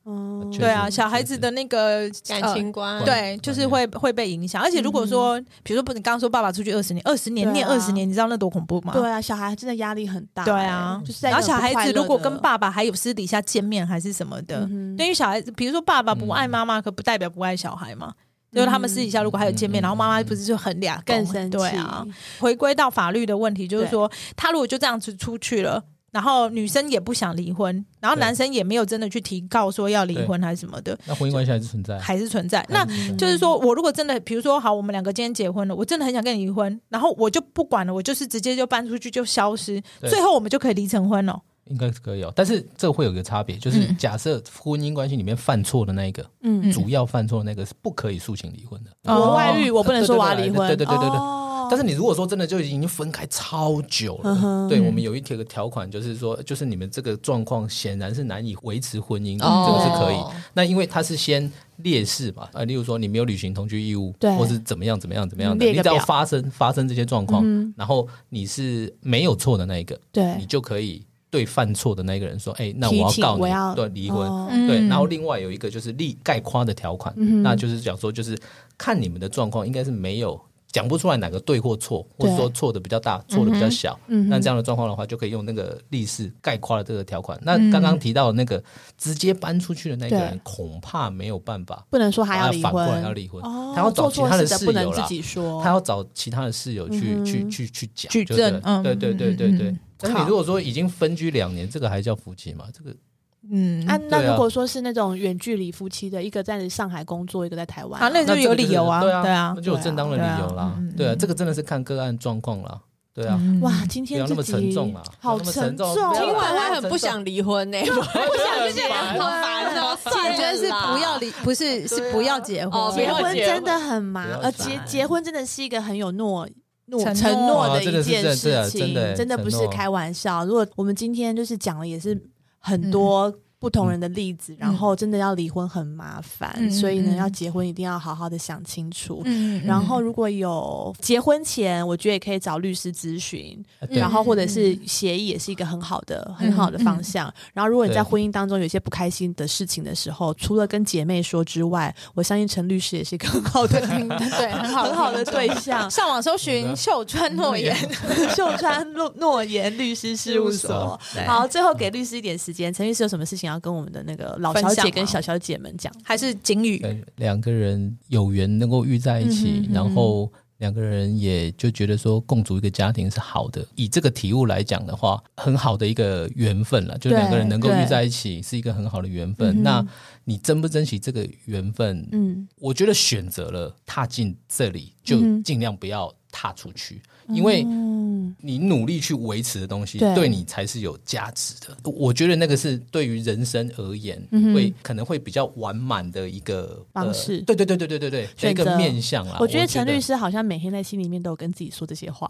对啊，小孩子的那个感情观、 呃、对，就是会会被影响。而且如果说比如说你刚刚说爸爸出去二十年二十年念二十年，你知道那多恐怖吗？ 对啊，小孩真的压力很大。 对啊， 就是在然后小孩子如果跟爸爸还有私底下见面还是什么的，嗯、对于小孩子比如说爸爸不爱妈妈、嗯、可不代表不爱小孩嘛，就是他们私底下如果还有见面、嗯、然后妈妈不是就很俩更生气。 对啊，回归到法律的问题，就是说他如果就这样子出去了，然后女生也不想离婚，然后男生也没有真的去提告说要离婚还是什么的， 那婚姻关系还是存在， 还是存在。那就是说我如果真的比如说好，我们两个今天结婚了，我真的很想跟你离婚，然后我就不管了，我就是直接就搬出去就消失，最后我们就可以离成婚了。 应该是可以哦，但是这会有一个差别，就是假设婚姻关系里面犯错的那一个，嗯，主要犯错的那个是不可以诉请离婚的。 我外遇，我不能说我要离婚。 对对对对对。哦、但是你如果说真的就已经分开超久了，嗯、对我们有一条条款，就是说，就是你们这个状况显然是难以维持婚姻的，哦、这个是可以。那因为它是先列示嘛，呃，例如说你没有履行同居义务，或是怎么样怎么样怎么样的，你只要发生发生这些状况，嗯、然后你是没有错的那一个，对，你就可以对犯错的那个人说，哎、欸，那我要告你，要对离婚、哦，对。然后另外有一个就是立概括的条款、嗯，那就是讲说，就是看你们的状况，应该是没有讲不出来哪个对或错，或者说错的比较大，错的比较小。嗯、那这样的状况的话，就可以用那个立誓概括的这个条款。那刚刚提到的那个直接搬出去的那个人，恐怕没有办法， 不能说他要离婚， 反过来要离婚，哦、他要找其他的室友啦， 自己说， 他要找其他的室友去、嗯、去去去讲举证， 对对对对对。嗯但是你如果说已经分居两年，这个还叫夫妻吗？这个， 嗯，啊，那如果说是那种远距离夫妻的，一个在上海工作，一个在台湾， 啊，那就有理由啊， 对啊， 对啊， 那就有正当的理由啦，对啊，对啊，这个真的是看个案状况啦。对啊， 哇，今天不要那么沉重啊， 好沉重， 听完会很不想离婚呢、欸，不想结婚，好烦哦。 我觉得是不要离，不是是不要结婚， 结婚真的很麻烦，呃，结结婚真的是一个很有诺。承诺的一件事情，真 的, 真的不是开玩笑。如果我们今天就是讲了，也是很多不同人的例子，嗯、然后真的要离婚很麻烦，嗯、所以呢，要结婚一定要好好的想清楚。嗯、然后如果有结婚前，我觉得也可以找律师咨询，嗯、然后或者是协议也是一个很好的、嗯、很好的方向。然后如果你在婚姻当中有一些不开心的事情的时候，除了跟姐妹说之外，我相信陈律师也是一个很好的对很好很好的对象。 上网搜寻秀川诺言， 秀川诺言律师事务所。好，最后给律师一点时间，陈律师有什么事情要跟我们的那个老小姐跟小小姐们讲，还是警语？ 两个人有缘能够遇在一起，嗯、然后两个人也就觉得说共组一个家庭是好的。以这个题目来讲的话，很好的一个缘分了，就两个人能够遇在一起是一个很好的缘分。那你珍不珍惜这个缘分？嗯，我觉得选择了踏进这里，就尽量不要踏出去。嗯、因为你努力去维持的东西 对, 对你才是有价值的。我觉得那个是对于人生而言、嗯、会可能会比较完满的一个方式、 呃、对对对对对对对，一个面向啦。 我觉得陈律师好像每天在心里面都有跟自己说这些话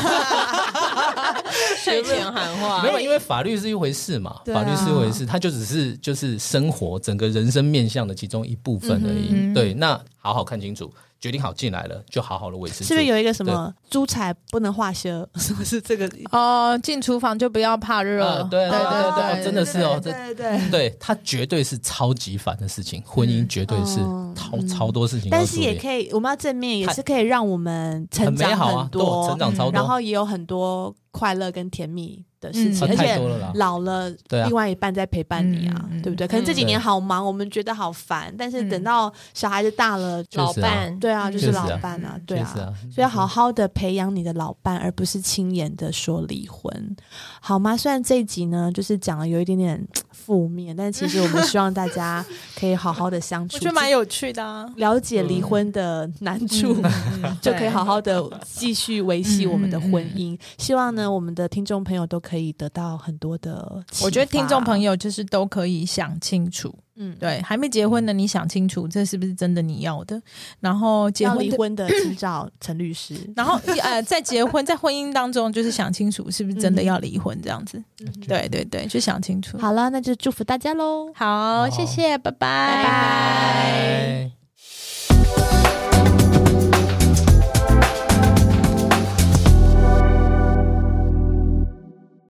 睡前喊话没有，因为法律是一回事嘛、啊、法律是一回事，它就只是就是生活整个人生面向的其中一部分而已、嗯、对，那好好看清楚，决定好进来了，就好好的维持住。 是不是有一个什么猪财不能化修？是不是这个？ 哦，进厨房就不要怕热。 呃、对对对 对, 对, 对，真的是哦， 对对 对, 对， 对，它绝对是超级烦的事情，婚姻绝对是超、嗯、超多事情要处理。 但是也可以，我们要正面，也是可以让我们成长很多， 很、啊、成长超多， 然后也有很多快乐跟甜蜜的事情、嗯、而且老了另外一半在陪伴你啊，对不对？可能这几年好忙，我们觉得好烦，但是等到小孩子大了， 老伴， 对啊，就是老伴啊，对啊，所以要好好的培养你的老伴，而不是轻言的说离婚，好吗？虽然这一集呢，就是讲了有一点点负面，但其实我们希望大家可以好好的相处， 我觉得蛮有趣的啊， 了解离婚的难处，嗯、就可以好好的继续维系我们的婚姻。希望呢，我们的听众朋友都可以得到很多的启发。 我觉得听众朋友就是都可以想清楚，嗯，对，还没结婚的你想清楚，这是不是真的你要的？然后结婚要离婚的请找陈律师。 然后呃，在结婚在婚姻当中，就是想清楚是不是真的要离婚这样子。嗯、对对对，就想清楚。 好了，那就祝福大家喽。 好，谢谢，拜拜， 拜拜。